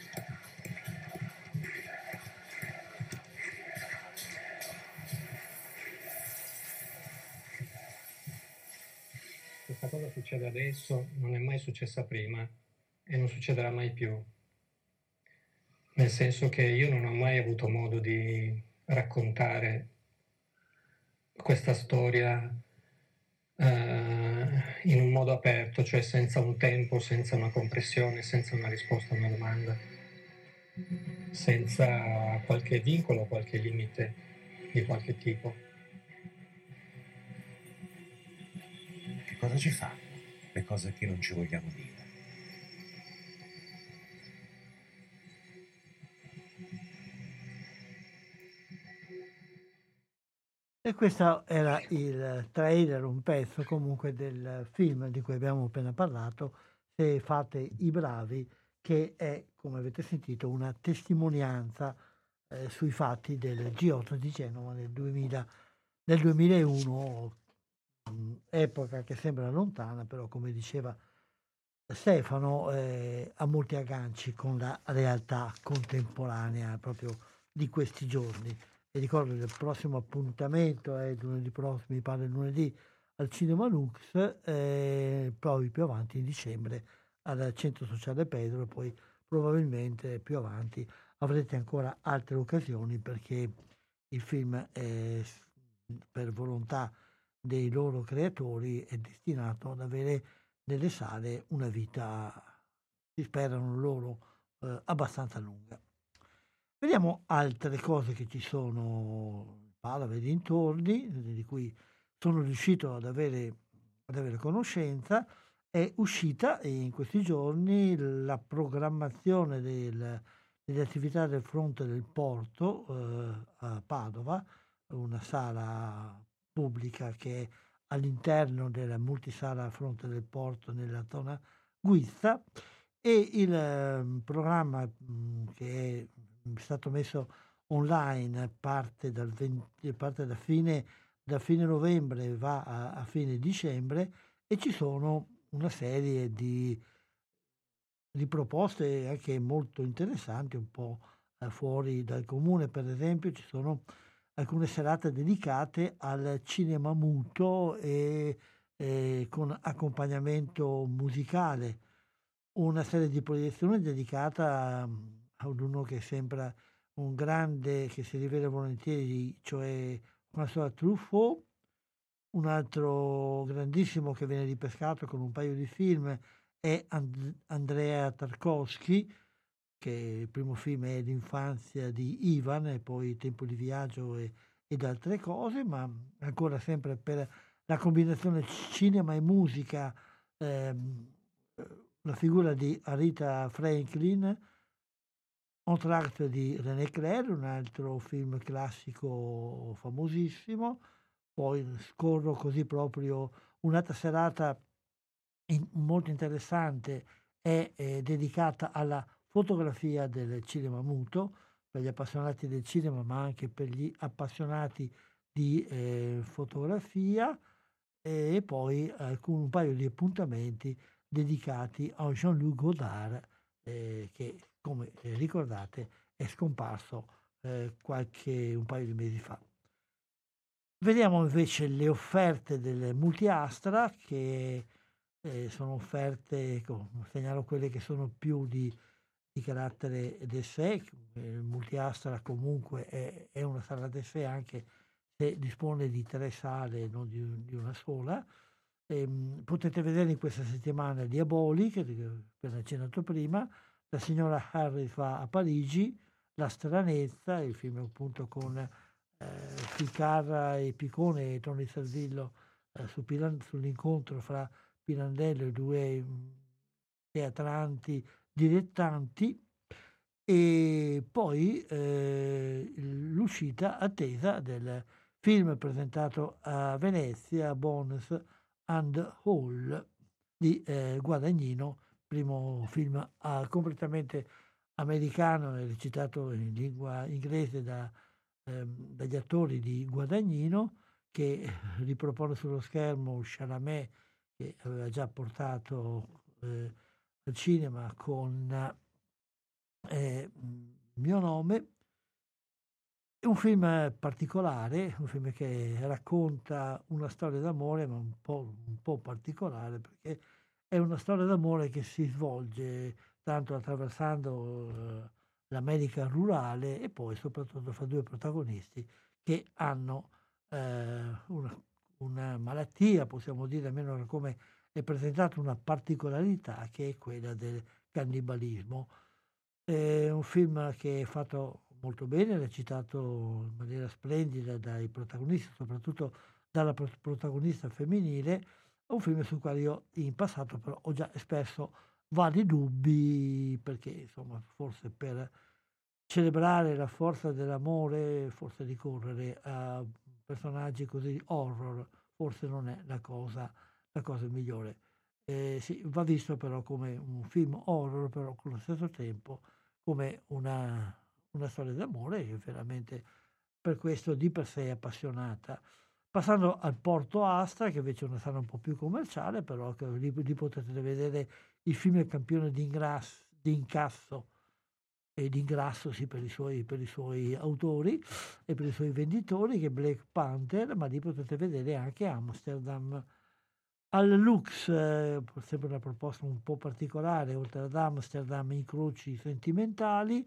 Questa cosa succede adesso, non è mai successa prima e non succederà mai più. Nel senso che io non ho mai avuto modo di raccontare questa storia in un modo aperto, cioè senza un tempo, senza una compressione, senza una risposta a una domanda, senza qualche vincolo, qualche limite di qualche tipo. Che cosa ci fanno le cose che non ci vogliamo dire? E questo era il trailer, un pezzo comunque del film di cui abbiamo appena parlato, Se fate i bravi, che è, come avete sentito, una testimonianza sui fatti del G8 di Genova nel 2001, epoca che sembra lontana, però come diceva Stefano, ha molti agganci con la realtà contemporanea proprio di questi giorni. E ricordo che il prossimo appuntamento è lunedì prossimo, mi pare lunedì, al Cinema Lux, poi più avanti in dicembre al Centro Sociale Pedro e poi probabilmente più avanti avrete ancora altre occasioni, perché il film è, per volontà dei loro creatori, è destinato ad avere nelle sale una vita, si sperano loro, abbastanza lunga. Vediamo altre cose che ci sono, Padova e dintorni, di cui sono riuscito ad avere conoscenza. È uscita in questi giorni la programmazione delle attività del Fronte del Porto a Padova, una sala pubblica che è all'interno della multisala Fronte del Porto nella zona Guizza, e il programma che è stato messo online parte da fine novembre e va a fine dicembre, e ci sono una serie di proposte anche molto interessanti, un po' fuori dal comune. Per esempio ci sono alcune serate dedicate al cinema muto e con accompagnamento musicale, una serie di proiezioni dedicata ad uno che sembra un grande, che si rivela volentieri, cioè François Truffaut. Un altro grandissimo che viene ripescato con un paio di film è Andrea Tarkovsky, che il primo film è L'infanzia di Ivan e poi Tempo di viaggio ed altre cose, ma ancora sempre per la combinazione cinema e musica, la figura di Aretha Franklin, Entr'acte di René Clair, un altro film classico famosissimo. Poi scorro così proprio un'altra serata molto interessante, è dedicata alla fotografia del cinema muto, per gli appassionati del cinema, ma anche per gli appassionati di fotografia, e poi un paio di appuntamenti dedicati a Jean-Luc Godard, che come ricordate è scomparso un paio di mesi fa. Vediamo invece le offerte del Multiastra, che sono offerte, segnalo quelle che sono più di carattere d'essai. Il Multiastra comunque è una sala d'essai, anche se dispone di 3 sale, non di una sola. Potete vedere in questa settimana Diaboli, che ho appena accennato prima, La signora Harris va a Parigi, La stranezza, il film appunto con Ficarra e Picone e Tony Servillo sull'incontro fra Pirandello e 2 teatranti dilettanti, e poi l'uscita attesa del film presentato a Venezia, Bones and Hall di Guadagnino, primo film completamente americano e recitato in lingua inglese dagli attori di Guadagnino, che ripropone sullo schermo Chalamet, che aveva già portato al cinema con Mio nome. È un film particolare, un film che racconta una storia d'amore, ma un po' particolare, perché è una storia d'amore che si svolge tanto attraversando l'America rurale, e poi soprattutto fra 2 protagonisti che hanno una malattia, possiamo dire, almeno come è presentata, una particolarità, che è quella del cannibalismo. È un film che è fatto molto bene, recitato in maniera splendida dai protagonisti, soprattutto dalla protagonista femminile. È un film sul quale io in passato però ho già espresso vari dubbi, perché insomma forse per celebrare la forza dell'amore, forse ricorrere a personaggi così horror forse non è la cosa migliore. Sì, va visto però come un film horror, però allo stesso tempo come una storia d'amore che veramente per questo di per sé è appassionata. Passando al Porto Astra, che invece è una sala un po' più commerciale, però che lì potete vedere il film campione di incasso e di ingrasso, sì, per i suoi autori e per i suoi venditori, che è Black Panther, ma lì potete vedere anche Amsterdam. Al Lux, sempre una proposta un po' particolare, oltre ad Amsterdam, Incroci sentimentali,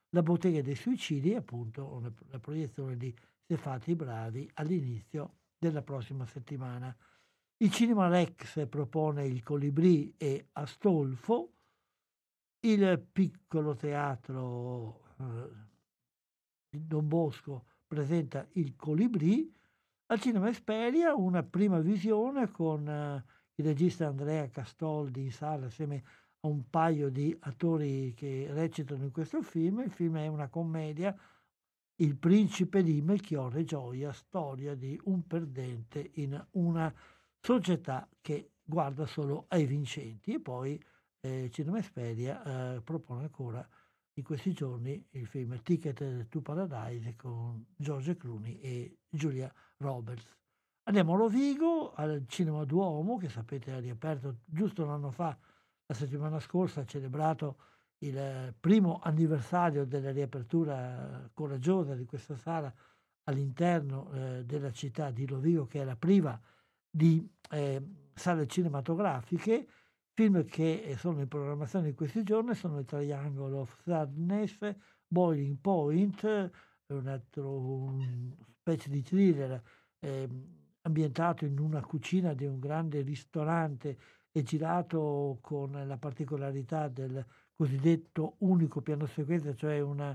La bottega dei suicidi, appunto la proiezione di Se fate i bravi all'inizio della prossima settimana. Il Cinema Rex propone Il Colibrì e Astolfo, il Piccolo Teatro di Don Bosco presenta Il Colibrì. Al Cinema Esperia una prima visione con il regista Andrea Castoldi in sala assieme a un paio di attori che recitano in questo film. Il film è una commedia, Il principe di Melchiorre Gioia, storia di un perdente in una società che guarda solo ai vincenti. E poi Cinema Esperia propone ancora in questi giorni il film Ticket to Paradise con George Clooney e Julia Roberts. Andiamo a Rovigo, al Cinema Duomo, che sapete ha riaperto giusto un anno fa, la settimana scorsa ha celebrato il primo anniversario della riapertura coraggiosa di questa sala all'interno della città di Rovigo, che è la prima di sale cinematografiche. Film che sono in programmazione in questi giorni sono il Triangle of Sadness, Boiling Point, un specie di thriller ambientato in una cucina di un grande ristorante e girato con la particolarità del cosiddetto unico piano sequenza, cioè una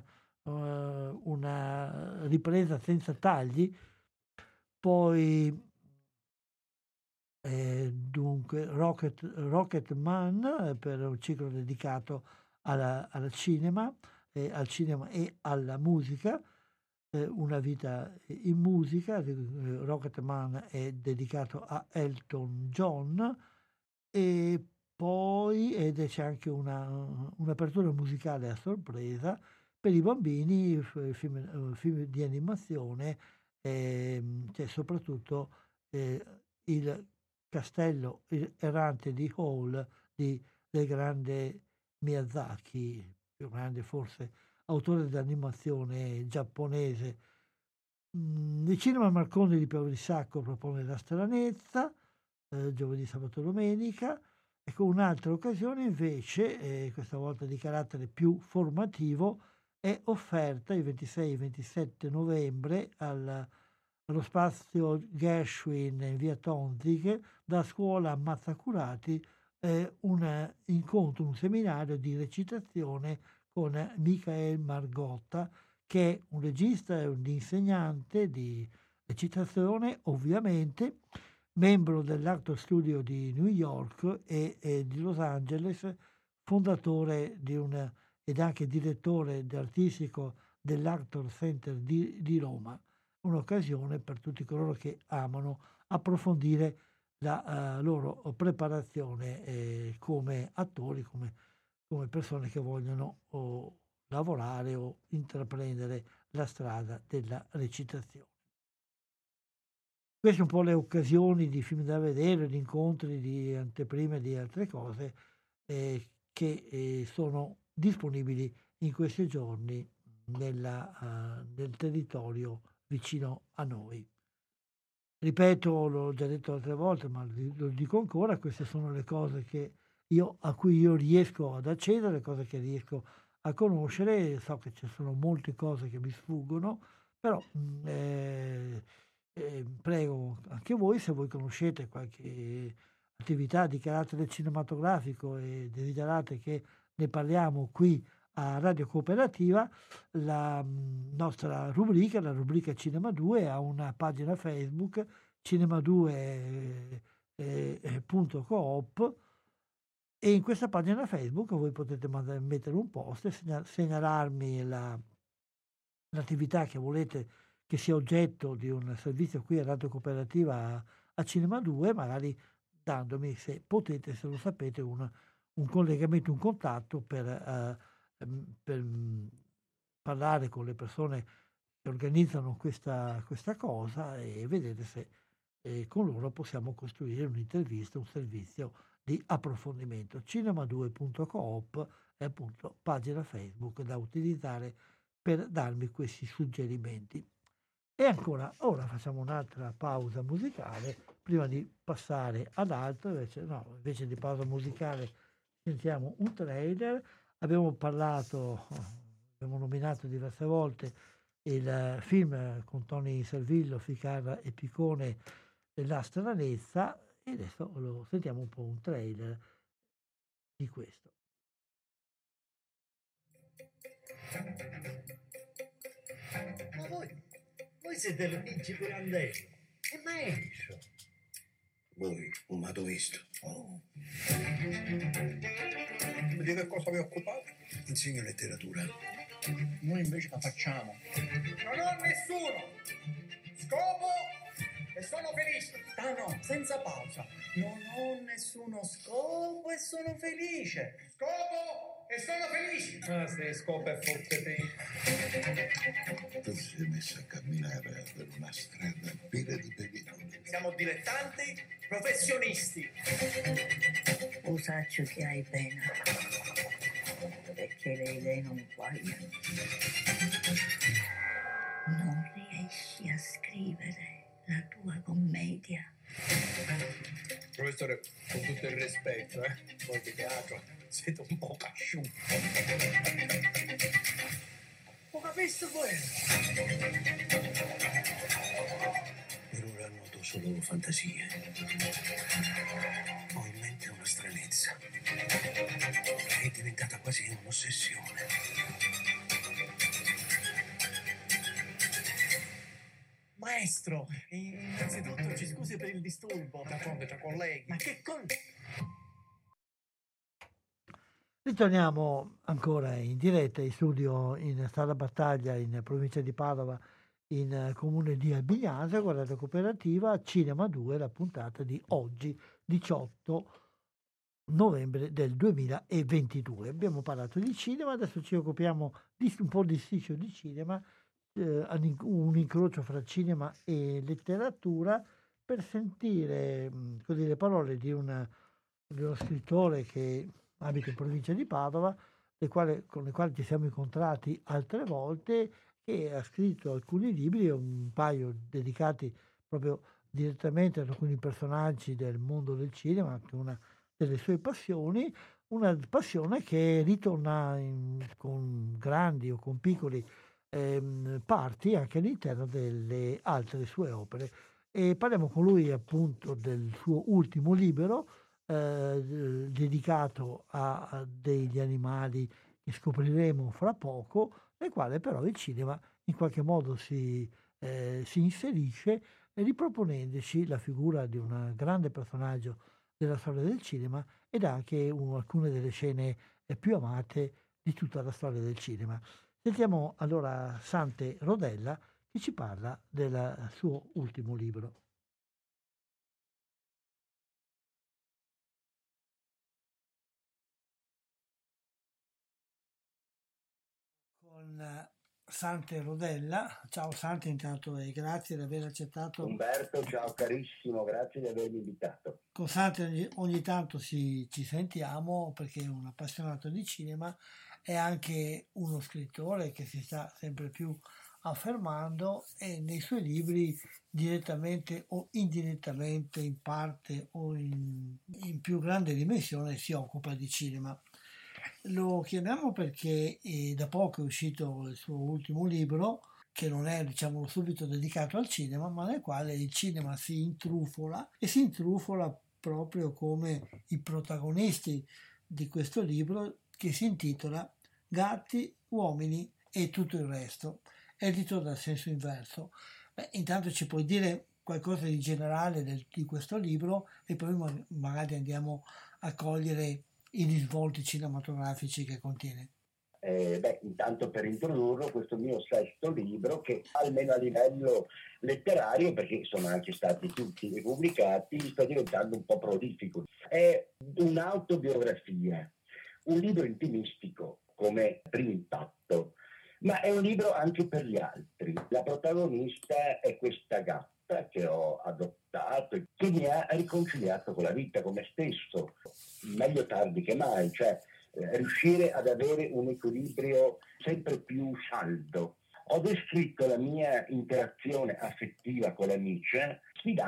ripresa senza tagli. Poi dunque Rocket Man per un ciclo dedicato al cinema e alla musica, una vita in musica. Rocket Man è dedicato a Elton John. E poi c'è anche un'apertura musicale a sorpresa per i bambini, film di animazione, c'è soprattutto il Castello errante di Hall del grande Miyazaki, più grande forse autore dell'animazione giapponese. Il Cinema Marconi di Piave di Sacco propone La stranezza, giovedì, sabato e domenica. Ecco, un'altra occasione invece, questa volta di carattere più formativo, è offerta il 26 e 27 novembre allo spazio Gershwin in via Tonzig da scuola Mazzacurati, un incontro, un seminario di recitazione con Michael Margotta, che è un regista e un insegnante di recitazione, ovviamente, membro dell'Actor Studio di New York e di Los Angeles, fondatore ed anche direttore artistico dell'Actor Center di Roma. Un'occasione per tutti coloro che amano approfondire la loro preparazione come attori, come persone che vogliono lavorare o intraprendere la strada della recitazione. Queste un po' le occasioni di film da vedere, di incontri, di anteprime di altre cose che sono disponibili in questi giorni nel territorio vicino a noi. Ripeto, l'ho già detto altre volte, ma lo dico ancora, queste sono le cose a cui io riesco ad accedere, le cose che riesco a conoscere. So che ci sono molte cose che mi sfuggono, però prego anche voi, se voi conoscete qualche attività di carattere cinematografico e desiderate che ne parliamo qui a Radio Cooperativa, la nostra rubrica, la rubrica Cinema 2, ha una pagina Facebook, cinema2.coop, e in questa pagina Facebook voi potete mettere un post e segnalarmi l'attività che volete che sia oggetto di un servizio qui a Radio Cooperativa a Cinema 2, magari dandomi, se potete, se lo sapete, un collegamento, un contatto per parlare con le persone che organizzano questa cosa e vedere se con loro possiamo costruire un'intervista, un servizio di approfondimento. Cinema2.coop è appunto pagina Facebook da utilizzare per darmi questi suggerimenti. E ancora, ora facciamo un'altra pausa musicale prima di passare ad altro. Invece di pausa musicale sentiamo un trailer. Abbiamo abbiamo nominato diverse volte il film con Tony Servillo, Ficarra e Piccone, La stranezza, e adesso lo sentiamo un po' un trailer di questo. Ma voi siete le Luigi Pirandello, è maestro. Voi, un madoisto. Oh. Di che cosa vi occupate? Insegno letteratura. Noi invece la facciamo. Non ho nessuno scopo e sono felice. Ah no, senza pausa. Non ho nessuno scopo e sono felice. Scopo e sono felice. Ah, se scopo è forte te. Tu sei messo a camminare per una strada piena di pericoli. Siamo dilettanti professionisti. Usaccio che hai pena, perché lei non guaglia. Non riesci a scrivere la tua commedia. Professore, con tutto il rispetto, voi di teatro siete un po' casciuti. Ho capito quello. Per ora noto solo fantasie. Ho in mente una stranezza. È diventata quasi un'ossessione. Maestro, innanzitutto ci scusi per il disturbo. D'altronde tra colleghi. Ma che Ritorniamo ancora in diretta in studio in Sala Battaglia in provincia di Padova, in comune di Albignase, guardate cooperativa, Cinema 2, la puntata di oggi, 18 novembre del 2022. Abbiamo parlato di cinema, adesso ci occupiamo di un po' di striscio di cinema, un incrocio fra cinema e letteratura, per sentire così le parole di uno scrittore che abita in provincia di Padova, con le quali ci siamo incontrati altre volte, che ha scritto alcuni libri, un paio dedicati proprio direttamente ad alcuni personaggi del mondo del cinema, che è una delle sue passioni, una passione che ritorna con grandi o con piccoli parti anche all'interno delle altre sue opere. E parliamo con lui appunto del suo ultimo libro, dedicato a degli animali che scopriremo fra poco, nel quale però il cinema in qualche modo si inserisce, riproponendoci la figura di un grande personaggio della storia del cinema ed anche alcune delle scene più amate di tutta la storia del cinema. Sentiamo allora Sante Rodella che ci parla del suo ultimo libro. Con Sante Rodella. Ciao Sante, intanto, e grazie di aver accettato. Umberto, ciao carissimo, grazie di avermi invitato. Con Sante ogni tanto ci sentiamo perché è un appassionato di cinema, è anche uno scrittore che si sta sempre più affermando e nei suoi libri direttamente o indirettamente, in parte o in più grande dimensione, si occupa di cinema. Lo chiamiamo perché da poco è uscito il suo ultimo libro, che non è, diciamo, subito dedicato al cinema, ma nel quale il cinema si intrufola proprio come i protagonisti di questo libro, che si intitola Gatti, uomini e tutto il resto, edito dal Senso Inverso. Intanto ci puoi dire qualcosa di generale di questo libro e poi magari andiamo a cogliere i risvolti cinematografici che contiene. Intanto per introdurlo, questo mio sesto libro, che almeno a livello letterario, perché sono anche stati tutti pubblicati, sta diventando un po' prolifico. È un'autobiografia, un libro intimistico come primo impatto, ma è un libro anche per gli altri. La protagonista è questa gatta che ho adottato e che mi ha riconciliato con la vita, con me stesso, meglio tardi che mai, cioè riuscire ad avere un equilibrio sempre più saldo ho descritto la mia interazione affettiva con l'amica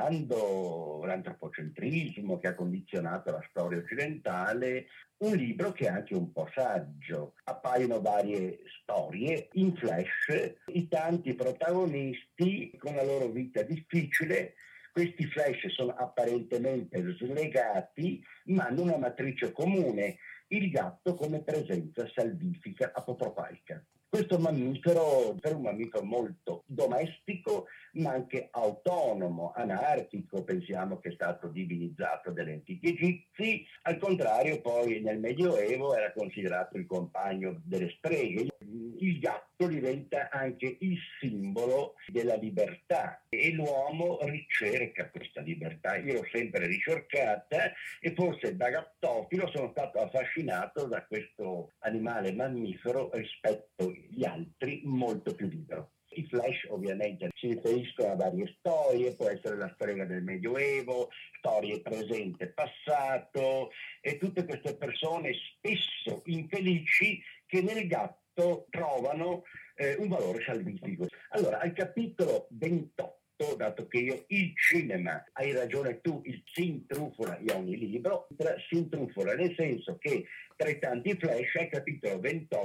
sfidando l'antropocentrismo che ha condizionato la storia occidentale, un libro che è anche un po' saggio. Appaiono varie storie in flash, i tanti protagonisti con la loro vita difficile. Questi flash sono apparentemente slegati, ma hanno una matrice comune: il gatto come presenza salvifica apotropaica. Questo mammifero è un mammifero molto domestico, ma anche autonomo, anarchico. Pensiamo che è stato divinizzato dagli antichi egizi. Al contrario, poi nel Medioevo era considerato il compagno delle streghe. Il gatto diventa anche il simbolo della libertà e l'uomo ricerca questa libertà. Io l'ho sempre ricercata e forse da gattofilo sono stato affascinato da questo animale mammifero rispetto agli altri, molto più libero. I flash ovviamente si riferiscono a varie storie, può essere la storia del Medioevo, storie presente e passato, e tutte queste persone spesso infelici che nel gatto trovano un valore salvifico. Allora, al capitolo 28, dato che io il cinema, hai ragione tu, il si intrufola in ogni libro, si intrufola nel senso che tra i tanti flash al capitolo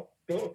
28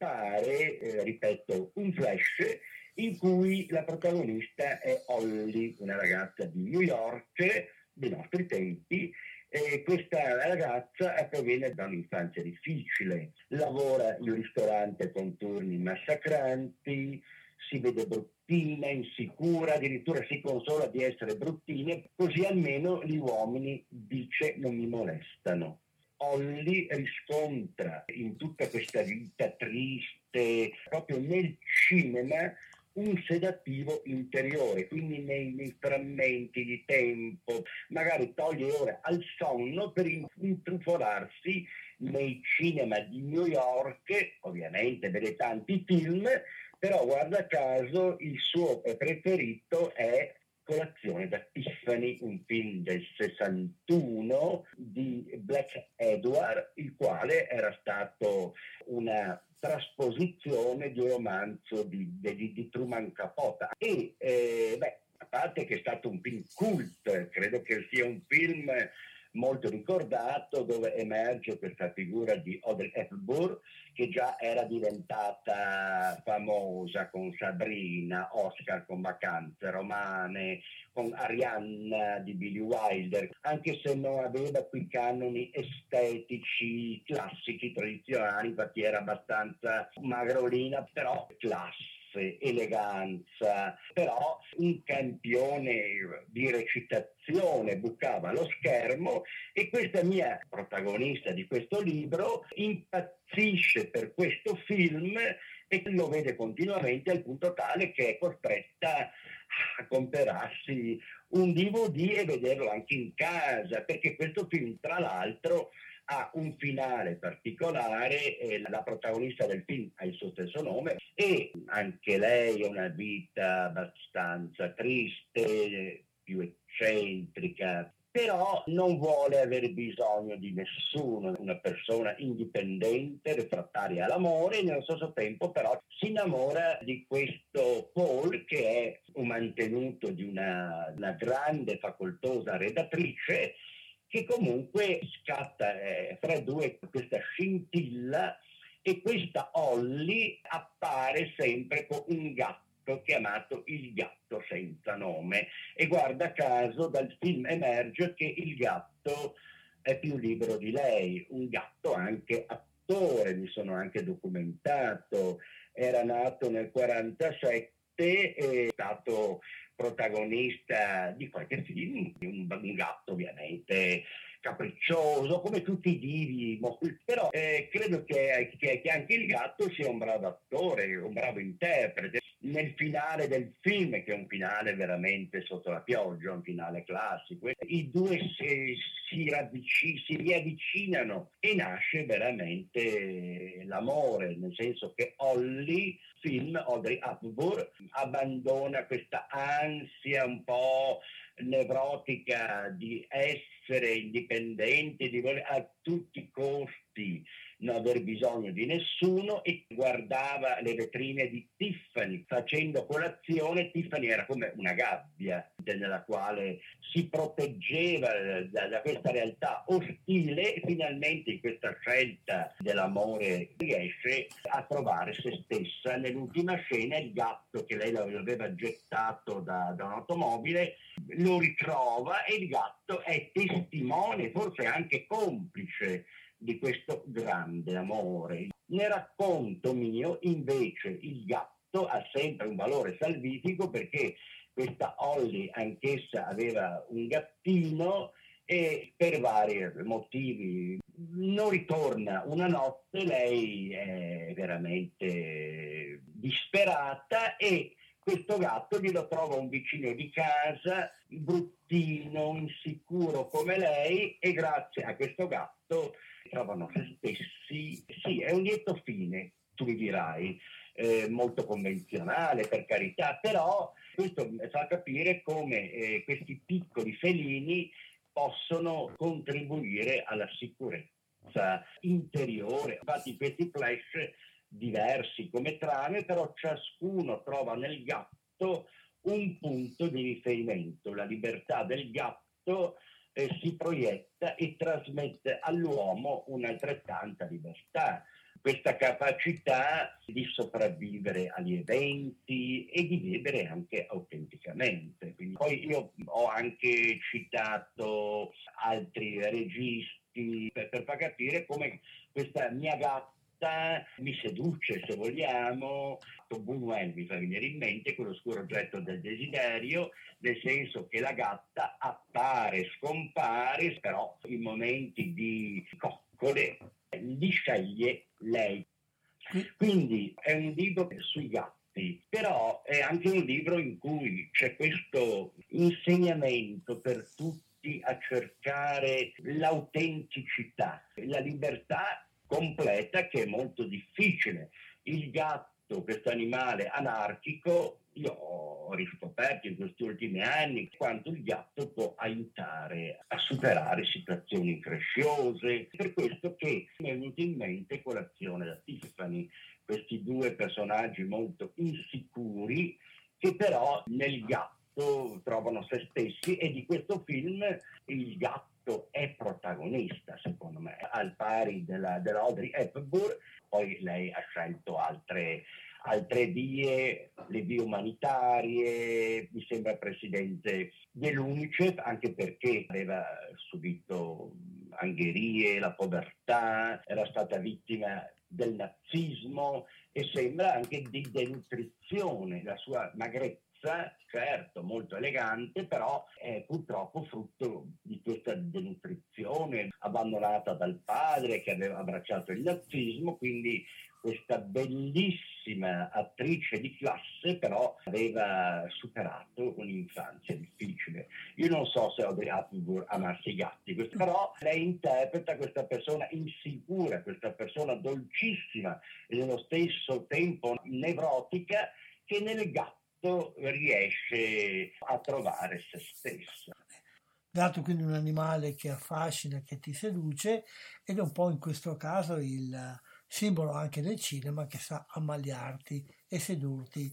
pare, ripeto, un flash in cui la protagonista è Holly, una ragazza di New York dei nostri tempi. Questa ragazza proviene da un'infanzia difficile, lavora in un ristorante con turni massacranti, si vede bruttina, insicura, addirittura si consola di essere bruttina, così almeno gli uomini, dice, non mi molestano. Holly riscontra in tutta questa vita triste, proprio nel cinema, un sedativo interiore, quindi nei frammenti di tempo, magari toglie ore al sonno per intrufolarsi nei cinema di New York, ovviamente vede tanti film, però guarda caso il suo preferito è Colazione da Tiffany, un film del 61 di Black Edward, il quale era stato una trasposizione di un romanzo di Truman Capote. E a parte che è stato un film cult, credo che sia un film molto ricordato, dove emerge questa figura di Audrey Hepburn, che già era diventata famosa con Sabrina, Oscar con Vacanze romane, con Arianna di Billy Wilder, anche se non aveva quei canoni estetici classici, tradizionali, infatti era abbastanza magrolina, però classe, eleganza, però un campione di recitazione, bucava lo schermo, e questa mia protagonista di questo libro impazzisce per questo film e lo vede continuamente, al punto tale che è costretta a comprarsi un DVD e vederlo anche in casa, perché questo film, tra l'altro, ha un finale particolare. La protagonista del film ha il suo stesso nome e anche lei ha una vita abbastanza triste, più eccentrica, però non vuole avere bisogno di nessuno, una persona indipendente, refrattaria all'amore, e nello stesso tempo però si innamora di questo Paul, che è un mantenuto di una grande facoltosa redattrice, che comunque scatta fra due questa scintilla, e questa Holly appare sempre con un gatto chiamato il gatto senza nome, e guarda caso dal film emerge che il gatto è più libero di lei, un gatto anche attore, mi sono anche documentato, era nato nel 1947, è stato protagonista di qualche film, un gatto ovviamente capriccioso, come tutti i divi, però credo che anche il gatto sia un bravo attore, un bravo interprete. Nel finale del film, che è un finale veramente sotto la pioggia, un finale classico, i due si riavvicinano e nasce veramente l'amore, nel senso che Holly, Audrey Hepburn, abbandona questa ansia un po' nevrotica di essere indipendente, di voler a tutti i costi non aver bisogno di nessuno, e guardava le vetrine di Tiffany facendo colazione. Tiffany era come una gabbia nella quale si proteggeva da questa realtà ostile, e finalmente in questa scelta dell'amore riesce a trovare se stessa. Nell'ultima scena il gatto che lei aveva gettato da un'automobile lo ritrova, e il gatto è testimone, forse anche complice di questo grande amore. Nel racconto mio, invece, il gatto ha sempre un valore salvifico, perché questa Holly anch'essa aveva un gattino, e per vari motivi non ritorna una notte. Lei è veramente disperata, e questo gatto glielo trova un vicino di casa, bruttino, insicuro come lei, e grazie a questo gatto trovano se stessi. Sì, è un lieto fine, tu mi dirai, molto convenzionale, per carità, però questo fa capire come questi piccoli felini possono contribuire alla sicurezza interiore. Infatti questi flash diversi come trame, però ciascuno trova nel gatto un punto di riferimento. La libertà del gatto si proietta e trasmette all'uomo un'altrettanta libertà, questa capacità di sopravvivere agli eventi e di vivere anche autenticamente. Quindi, poi io ho anche citato altri registi per far capire come questa mia gatta mi seduce, se vogliamo. Buñuel mi fa venire in mente quell'oscuro oggetto del desiderio, nel senso che la gatta appare, scompare, però in momenti di coccole li sceglie lei. Quindi è un libro sui gatti, però è anche un libro in cui c'è questo insegnamento per tutti a cercare l'autenticità, la libertà completa, che è molto difficile. Il gatto, questo animale anarchico, io ho riscoperto in questi ultimi anni quanto il gatto può aiutare a superare situazioni incresciose. Per questo che mi è venuto in mente Colazione da Tiffany, questi due personaggi molto insicuri che però nel gatto trovano se stessi, e di questo film il gatto è protagonista, secondo me, al pari della Audrey Hepburn. Poi lei ha scelto altre vie, le vie umanitarie, mi sembra presidente dell'UNICEF, anche perché aveva subito angherie, la povertà, era stata vittima del nazismo, e sembra anche di denutrizione. La sua magrezza, certo, molto elegante, però è purtroppo frutto di questa denutrizione, abbandonata dal padre che aveva abbracciato il nazismo. Quindi questa bellissima attrice di classe però aveva superato un'infanzia difficile. Io non so se Audrey Hepburn amasse i gatti, però lei interpreta questa persona insicura, questa persona dolcissima e nello stesso tempo nevrotica, che nel gatto riesce a trovare se stessa. Gatto quindi un animale che affascina, che ti seduce, ed è un po' in questo caso il simbolo anche del cinema, che sa ammaliarti e sedurti.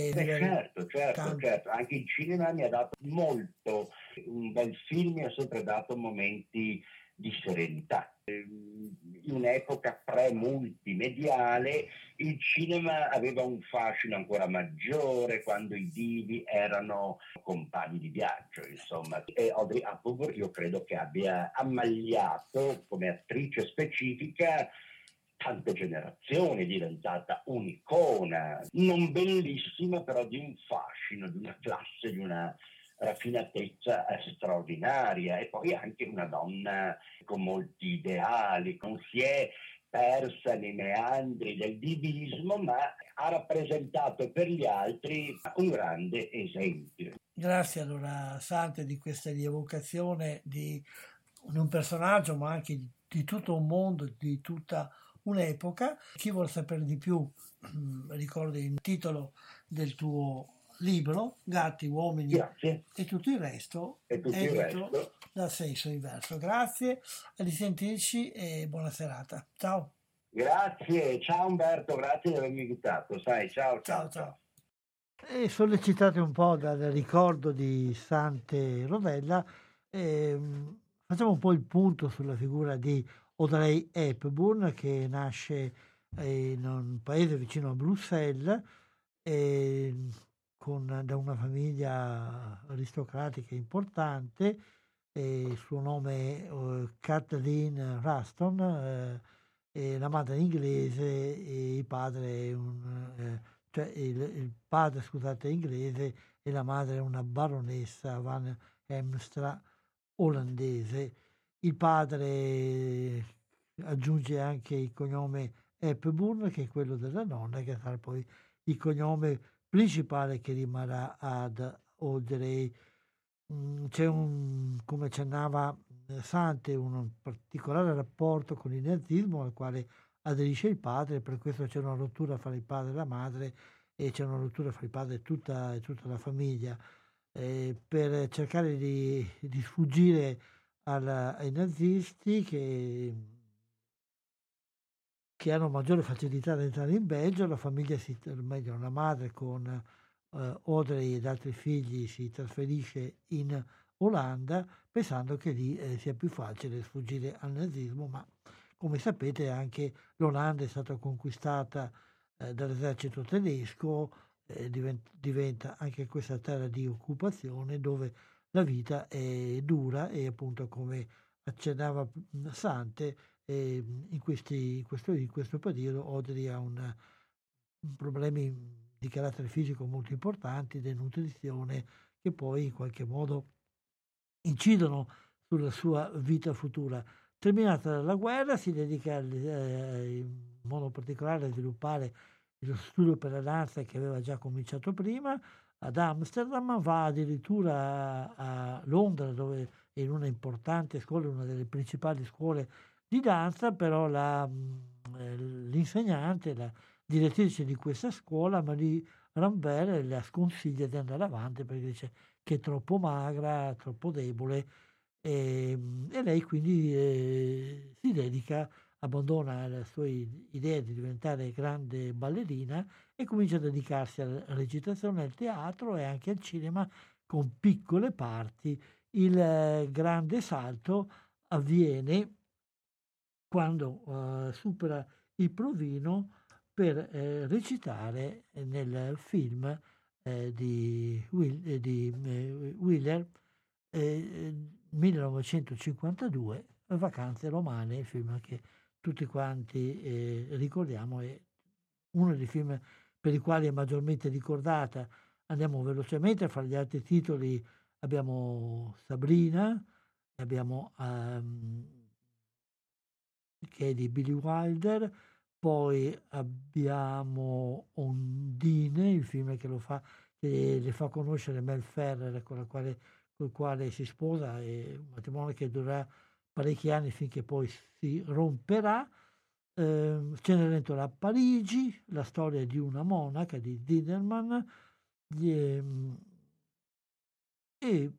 Certo, anche il cinema mi ha dato molto. Un bel film mi ha sempre dato momenti di serenità. In un'epoca pre-multimediale il cinema aveva un fascino ancora maggiore, quando i divi erano compagni di viaggio, insomma. E Audrey Hepburn io credo che abbia ammaliato come attrice specifica tante generazioni, è diventata un'icona, non bellissima, però di un fascino, di una classe, di una raffinatezza straordinaria, e poi anche una donna con molti ideali, non si è persa nei meandri del divismo, ma ha rappresentato per gli altri un grande esempio. Grazie allora Sante di questa rievocazione di un personaggio, ma anche di tutto un mondo, di tutta un'epoca. Chi vuole sapere di più, ricordi il titolo del tuo libro, Gatti, Uomini Grazie. e tutto il resto, E tutto il edito resto. dal Senso Inverso. Grazie, a risentirci e buona serata. Ciao. Grazie, ciao Umberto, grazie di avermi invitato. Ciao. E sollecitate un po' dal ricordo di Sante Rovella, facciamo un po' il punto sulla figura di Audrey Hepburn, che nasce in un paese vicino a Bruxelles, da una famiglia aristocratica importante. Il suo nome è Kathleen Ruston, la madre è inglese e il padre è il padre, scusate, è inglese e la madre è una baronessa Van Hemstra olandese. Il padre aggiunge anche il cognome Hepburn, che è quello della nonna, che sarà poi il cognome principale che rimarrà ad Audrey. C'è come accennava Sante, un particolare rapporto con il nazismo al quale aderisce il padre, per questo c'è una rottura fra il padre e la madre e c'è una rottura fra il padre e tutta la famiglia. Per cercare di sfuggire ai nazisti che hanno maggiore facilità ad entrare in Belgio, la famiglia meglio la madre con Audrey ed altri figli si trasferisce in Olanda pensando che lì sia più facile sfuggire al nazismo, ma come sapete anche l'Olanda è stata conquistata dall'esercito tedesco, diventa anche questa terra di occupazione dove la vita è dura e appunto, come accennava Sante, in questo periodo Audrey ha problemi di carattere fisico molto importanti, denutrizione, che poi in qualche modo incidono sulla sua vita futura. Terminata la guerra si dedica in modo particolare a sviluppare lo studio per la danza che aveva già cominciato prima ad Amsterdam, va addirittura a Londra, dove è in una importante scuola, una delle principali scuole di danza, però l'insegnante, la direttrice di questa scuola, Marie Rambert, la sconsiglia di andare avanti perché dice che è troppo magra, troppo debole, e lei quindi si dedica, abbandona la sua idea di diventare grande ballerina e comincia a dedicarsi alla recitazione, al teatro e anche al cinema con piccole parti. Il grande salto avviene quando supera il provino per recitare nel film di Wheeler 1952, Vacanze romane, il film che tutti quanti ricordiamo, è uno dei film per i quali è maggiormente ricordata. Andiamo velocemente, fra gli altri titoli abbiamo Sabrina, abbiamo che è di Billy Wilder, poi abbiamo Ondine, il film che le fa conoscere Mel Ferrer, col quale si sposa, è un matrimonio che durerà parecchi anni finché poi si romperà. Cenerentola a Parigi, la storia di una monaca di Diderman, e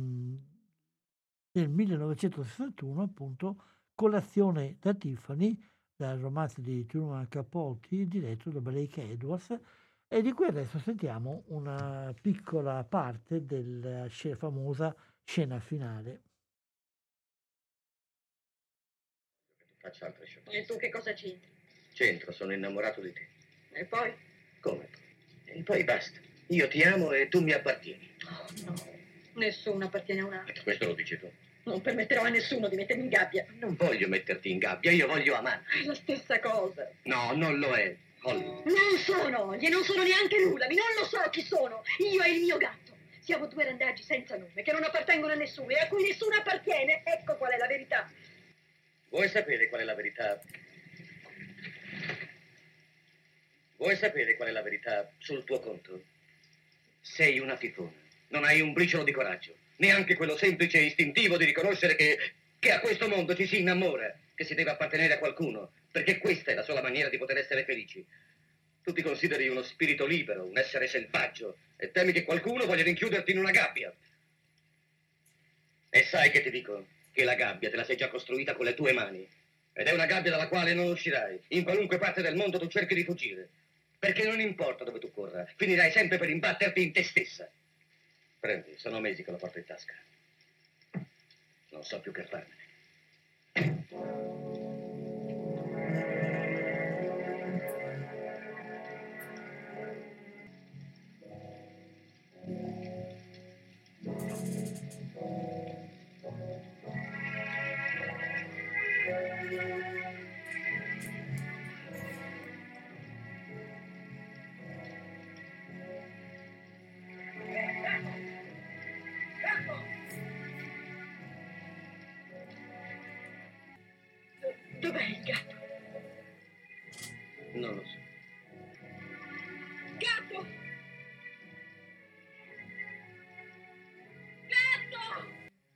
nel 1961 appunto Colazione da Tiffany, dal romanzo di Truman Capote diretto da Blake Edwards, e di cui adesso sentiamo una piccola parte della famosa scena finale. Faccio altre scelte. E tu che cosa c'entri? C'entro, sono innamorato di te. E poi? Come? E poi basta. Io ti amo e tu mi appartieni. Oh, no, nessuno appartiene a un altro. Questo lo dici tu. Non permetterò a nessuno di mettermi in gabbia. Non voglio metterti in gabbia, io voglio amare. È la stessa cosa. No, non lo è. Holly. Non sono, e non sono neanche nullami, non lo so chi sono. Io e il mio gatto. Siamo due randaggi senza nome, che non appartengono a nessuno e a cui nessuno appartiene. Ecco qual è la verità. Vuoi sapere qual è la verità? Vuoi sapere qual è la verità sul tuo conto? Sei una fifona. Non hai un briciolo di coraggio. Neanche quello semplice e istintivo di riconoscere che a questo mondo ci si innamora, che si deve appartenere a qualcuno, perché questa è la sola maniera di poter essere felici. Tu ti consideri uno spirito libero, un essere selvaggio, e temi che qualcuno voglia rinchiuderti in una gabbia. E sai che ti dico? Che la gabbia te la sei già costruita con le tue mani. Ed è una gabbia dalla quale non uscirai. In qualunque parte del mondo tu cerchi di fuggire. Perché non importa dove tu corra, finirai sempre per imbatterti in te stessa. Prendi, sono mesi che lo porto in tasca. Non so più che farmene. Dov'è il gatto? Non lo so. Gatto! Gatto!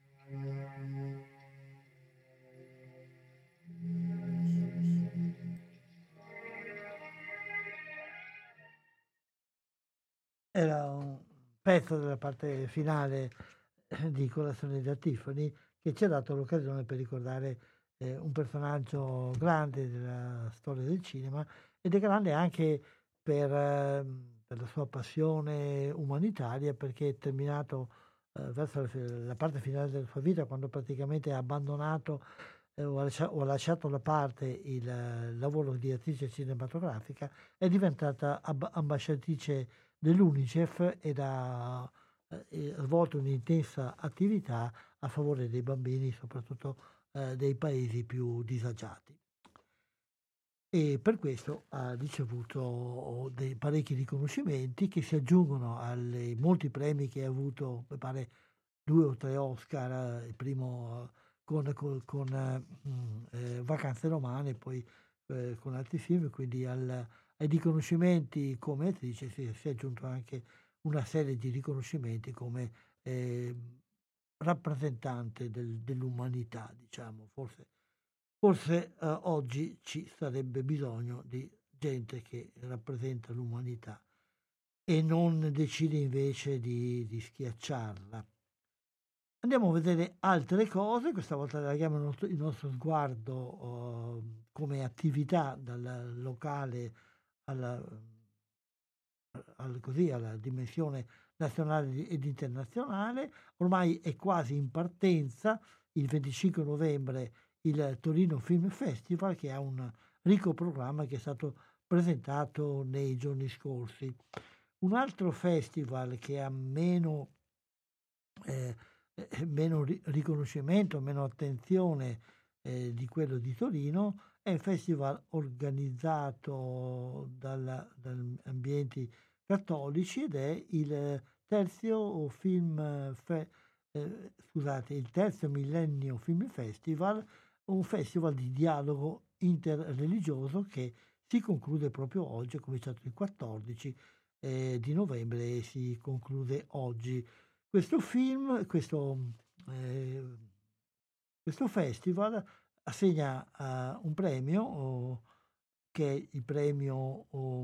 Era un pezzo della parte finale di Colazione da Tiffany che ci ha dato l'occasione per ricordare un personaggio grande della storia del cinema ed è grande anche per la sua passione umanitaria, perché è terminato verso la parte finale della sua vita, quando praticamente ha abbandonato o ha lasciato da parte il lavoro di attrice cinematografica, è diventata ambasciatrice dell'UNICEF ed ha svolto un'intensa attività a favore dei bambini, soprattutto dei paesi più disagiati. E per questo ha ricevuto dei parecchi riconoscimenti che si aggiungono ai molti premi che ha avuto, mi pare 2 o 3 Oscar, il primo con Vacanze romane, poi con altri film, quindi ai riconoscimenti come attrice si è aggiunto anche una serie di riconoscimenti come rappresentante dell'umanità, diciamo. Forse oggi ci sarebbe bisogno di gente che rappresenta l'umanità e non decide invece di schiacciarla. Andiamo a vedere altre cose, questa volta allarghiamo il nostro sguardo come attività dal locale alla dimensione nazionale ed internazionale. Ormai è quasi in partenza il 25 novembre il Torino Film Festival, che ha un ricco programma che è stato presentato nei giorni scorsi. Un altro festival che ha meno riconoscimento, meno attenzione di quello di Torino è il festival organizzato dagli ambienti cattolici ed è il terzo il terzo Millennio Film Festival, un festival di dialogo interreligioso che si conclude proprio oggi, è cominciato il 14 di novembre e si conclude oggi. Questo festival assegna un premio che è il premio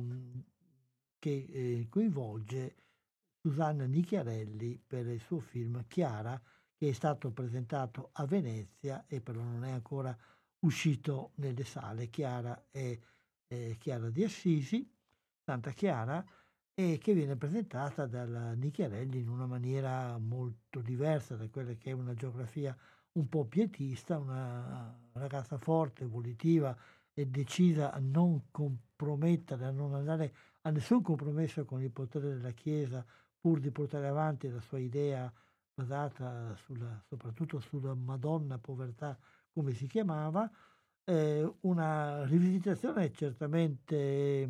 che coinvolge Susanna Nicchiarelli per il suo film Chiara, che è stato presentato a Venezia e però non è ancora uscito nelle sale. Chiara è Chiara di Assisi, Santa Chiara, e che viene presentata dalla Nicchiarelli in una maniera molto diversa da quella che è una geografia un po' pietista, una ragazza forte, volitiva e decisa a non compromettere, a non andare a nessun compromesso con il potere della Chiesa, pur di portare avanti la sua idea basata soprattutto sulla Madonna Povertà, come si chiamava. Una rivisitazione certamente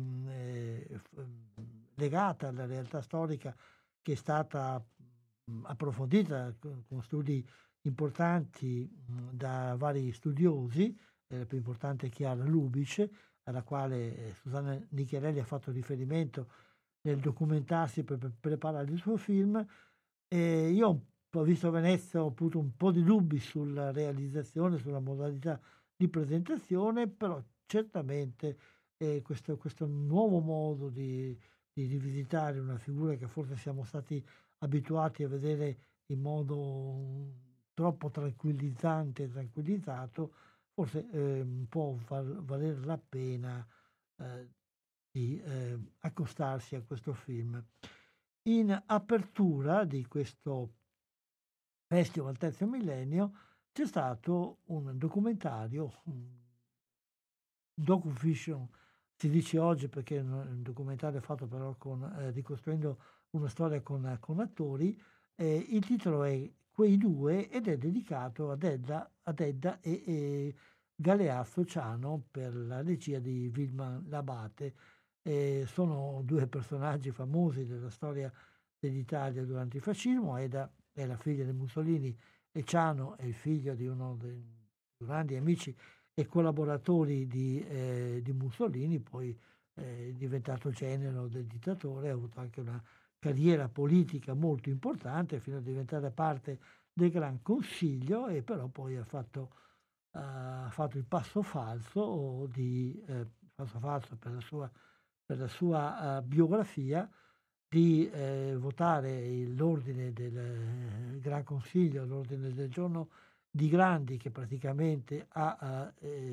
legata alla realtà storica, che è stata approfondita con studi importanti da vari studiosi, la più importante è Chiara Lubich, alla quale Susanna Nicchiarelli ha fatto riferimento nel documentarsi per preparare il suo film. Io ho visto a Venezia, ho avuto un po' di dubbi sulla realizzazione, sulla modalità di presentazione, però certamente questo nuovo modo di rivisitare una figura che forse siamo stati abituati a vedere in modo troppo tranquillizzante e tranquillizzato, forse può valere la pena di accostarsi a questo film. In apertura di questo Festival Terzo Millennio c'è stato un documentario, un docufiction, si dice oggi perché è un documentario fatto però ricostruendo una storia con attori. Il titolo è Quei due ed è dedicato ad Edda e Galeazzo Ciano per la regia di Vilma Labate. Sono due personaggi famosi della storia dell'Italia durante il fascismo. Edda è la figlia di Mussolini e Ciano è il figlio di uno dei grandi amici e collaboratori di Mussolini, poi è diventato genero del dittatore, ha avuto anche una carriera politica molto importante fino a diventare parte del Gran Consiglio, e però poi ha fatto il passo falso per la sua biografia di votare l'ordine del Gran Consiglio, l'ordine del giorno di Grandi, che praticamente ha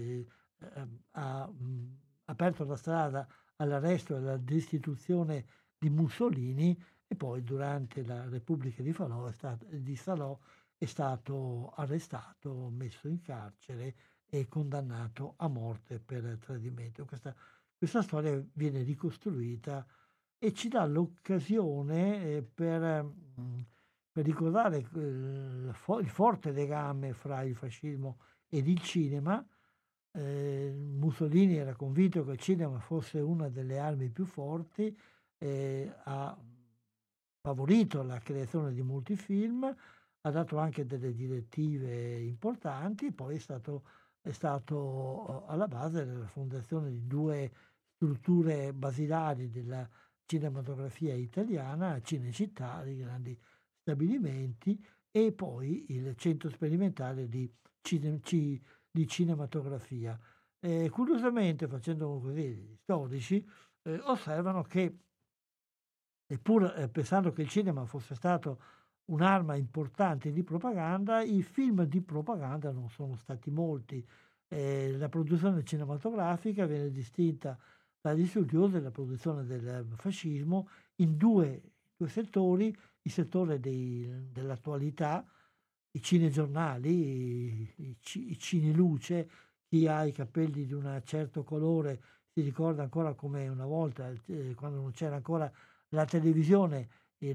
aperto la strada all'arresto e alla destituzione di Mussolini, e poi durante la Repubblica di Salò è stato arrestato, messo in carcere e condannato a morte per tradimento. Questa storia viene ricostruita e ci dà l'occasione per ricordare il forte legame fra il fascismo ed il cinema. Mussolini era convinto che il cinema fosse una delle armi più forti, ha favorito la creazione di molti film, ha dato anche delle direttive importanti, poi è stato alla base della fondazione di due strutture basilari della cinematografia italiana, Cinecittà, dei grandi stabilimenti, e poi il Centro Sperimentale di Cinematografia. Curiosamente, facendo così gli storici, osservano che, pur pensando che il cinema fosse stato un'arma importante di propaganda, i film di propaganda non sono stati molti. La produzione cinematografica viene distinta dagli studiosi della produzione del fascismo in due settori: il settore dell'attualità, i cinegiornali, i cineluce. Chi ha i capelli di un certo colore si ricorda ancora come una volta, quando non c'era ancora la televisione,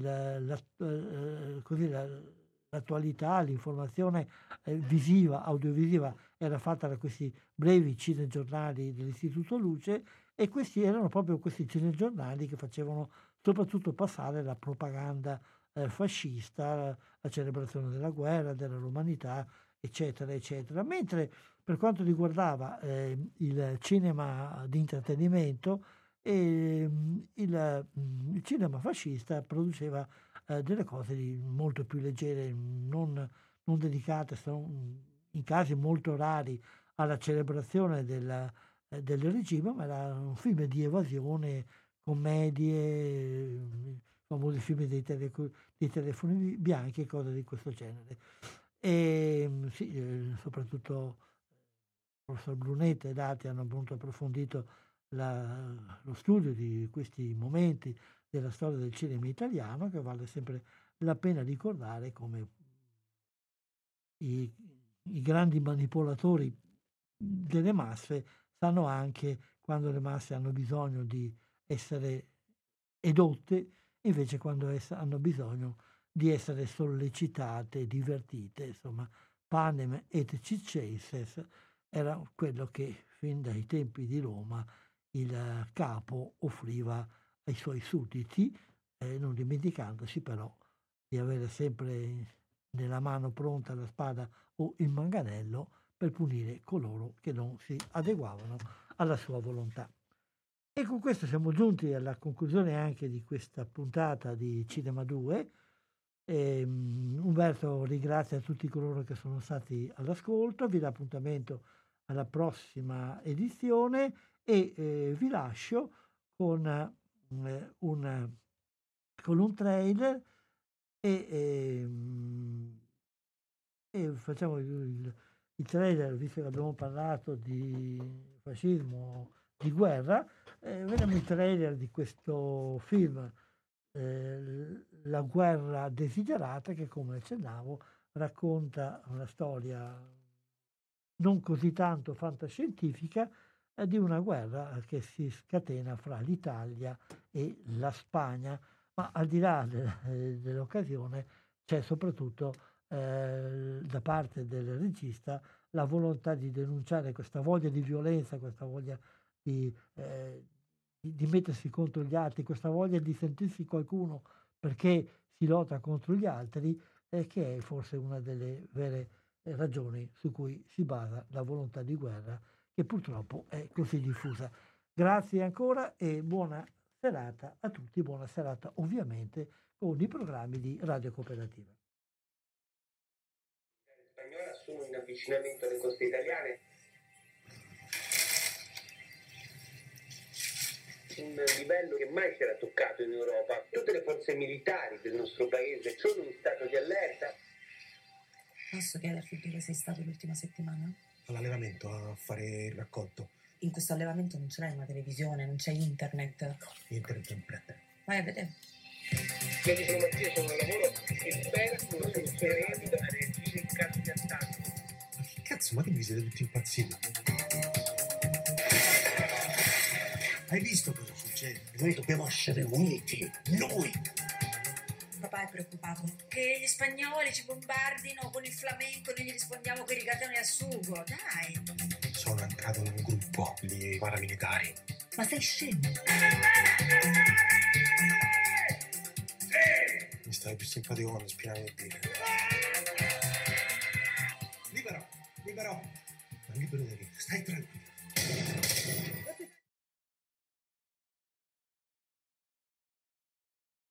l'attualità, l'informazione visiva, audiovisiva era fatta da questi brevi cinegiornali dell'Istituto Luce, e questi erano proprio questi cinegiornali che facevano soprattutto passare la propaganda fascista, la celebrazione della guerra, della romanità, eccetera, eccetera. Mentre per quanto riguardava il cinema di intrattenimento, il cinema fascista produceva delle cose molto più leggere, non dedicate, in casi molto rari, alla celebrazione del regime, ma era un film di evasione, commedie, famosi film dei telefoni bianchi e cose di questo genere. E sì, soprattutto il professor Brunetta ed altri hanno appunto approfondito lo studio di questi momenti della storia del cinema italiano, che vale sempre la pena ricordare come i grandi manipolatori delle masse sanno anche quando le masse hanno bisogno di essere edotte, invece quando hanno bisogno di essere sollecitate, divertite. Insomma, panem et circenses era quello che fin dai tempi di Roma il capo offriva ai suoi sudditi, non dimenticandosi però di avere sempre nella mano pronta la spada o il manganello per punire coloro che non si adeguavano alla sua volontà. E con questo siamo giunti alla conclusione anche di questa puntata di Cinema 2. Umberto ringrazia tutti coloro che sono stati all'ascolto, vi dà appuntamento alla prossima edizione e vi lascio con un trailer e facciamo il trailer, visto che abbiamo parlato di fascismo, di guerra. Vediamo il trailer di questo film, La guerra desiderata, che, come accennavo, racconta una storia non così tanto fantascientifica di una guerra che si scatena fra l'Italia e la Spagna, ma al di là dell'occasione c'è soprattutto da parte del regista la volontà di denunciare questa voglia di violenza, questa voglia di mettersi contro gli altri, questa voglia di sentirsi qualcuno perché si lotta contro gli altri, che è forse una delle vere ragioni su cui si basa la volontà di guerra, che purtroppo è così diffusa. Grazie ancora e buona serata a tutti, buona serata ovviamente con i programmi di Radio Cooperativa. Spagnola sono in avvicinamento alle coste italiane. Un livello che mai si era toccato in Europa. Tutte le forze militari del nostro paese sono in stato di allerta. Posso chiederti dove sei stato l'ultima settimana? All'allevamento a fare il raccolto. In questo allevamento non c'è una televisione, non c'è internet. No, internet non prende. Vai a vedere. Le diplomazie sono un lavoro che spera in una soluzione rapida a reagire in caso di attacco. Ma che cazzo, ma che vi siete tutti impazziti? Hai visto cosa succede? Noi dobbiamo essere uniti, noi! Papà è preoccupato che gli spagnoli ci bombardino con il flamenco, noi gli rispondiamo con i rigatoni a sugo, dai! Sono entrato in un gruppo di paramilitari. Ma sei scemo? Mi stai più simpatico quando spinare il piede. Libero! Ma libero di che? Stai tranquillo.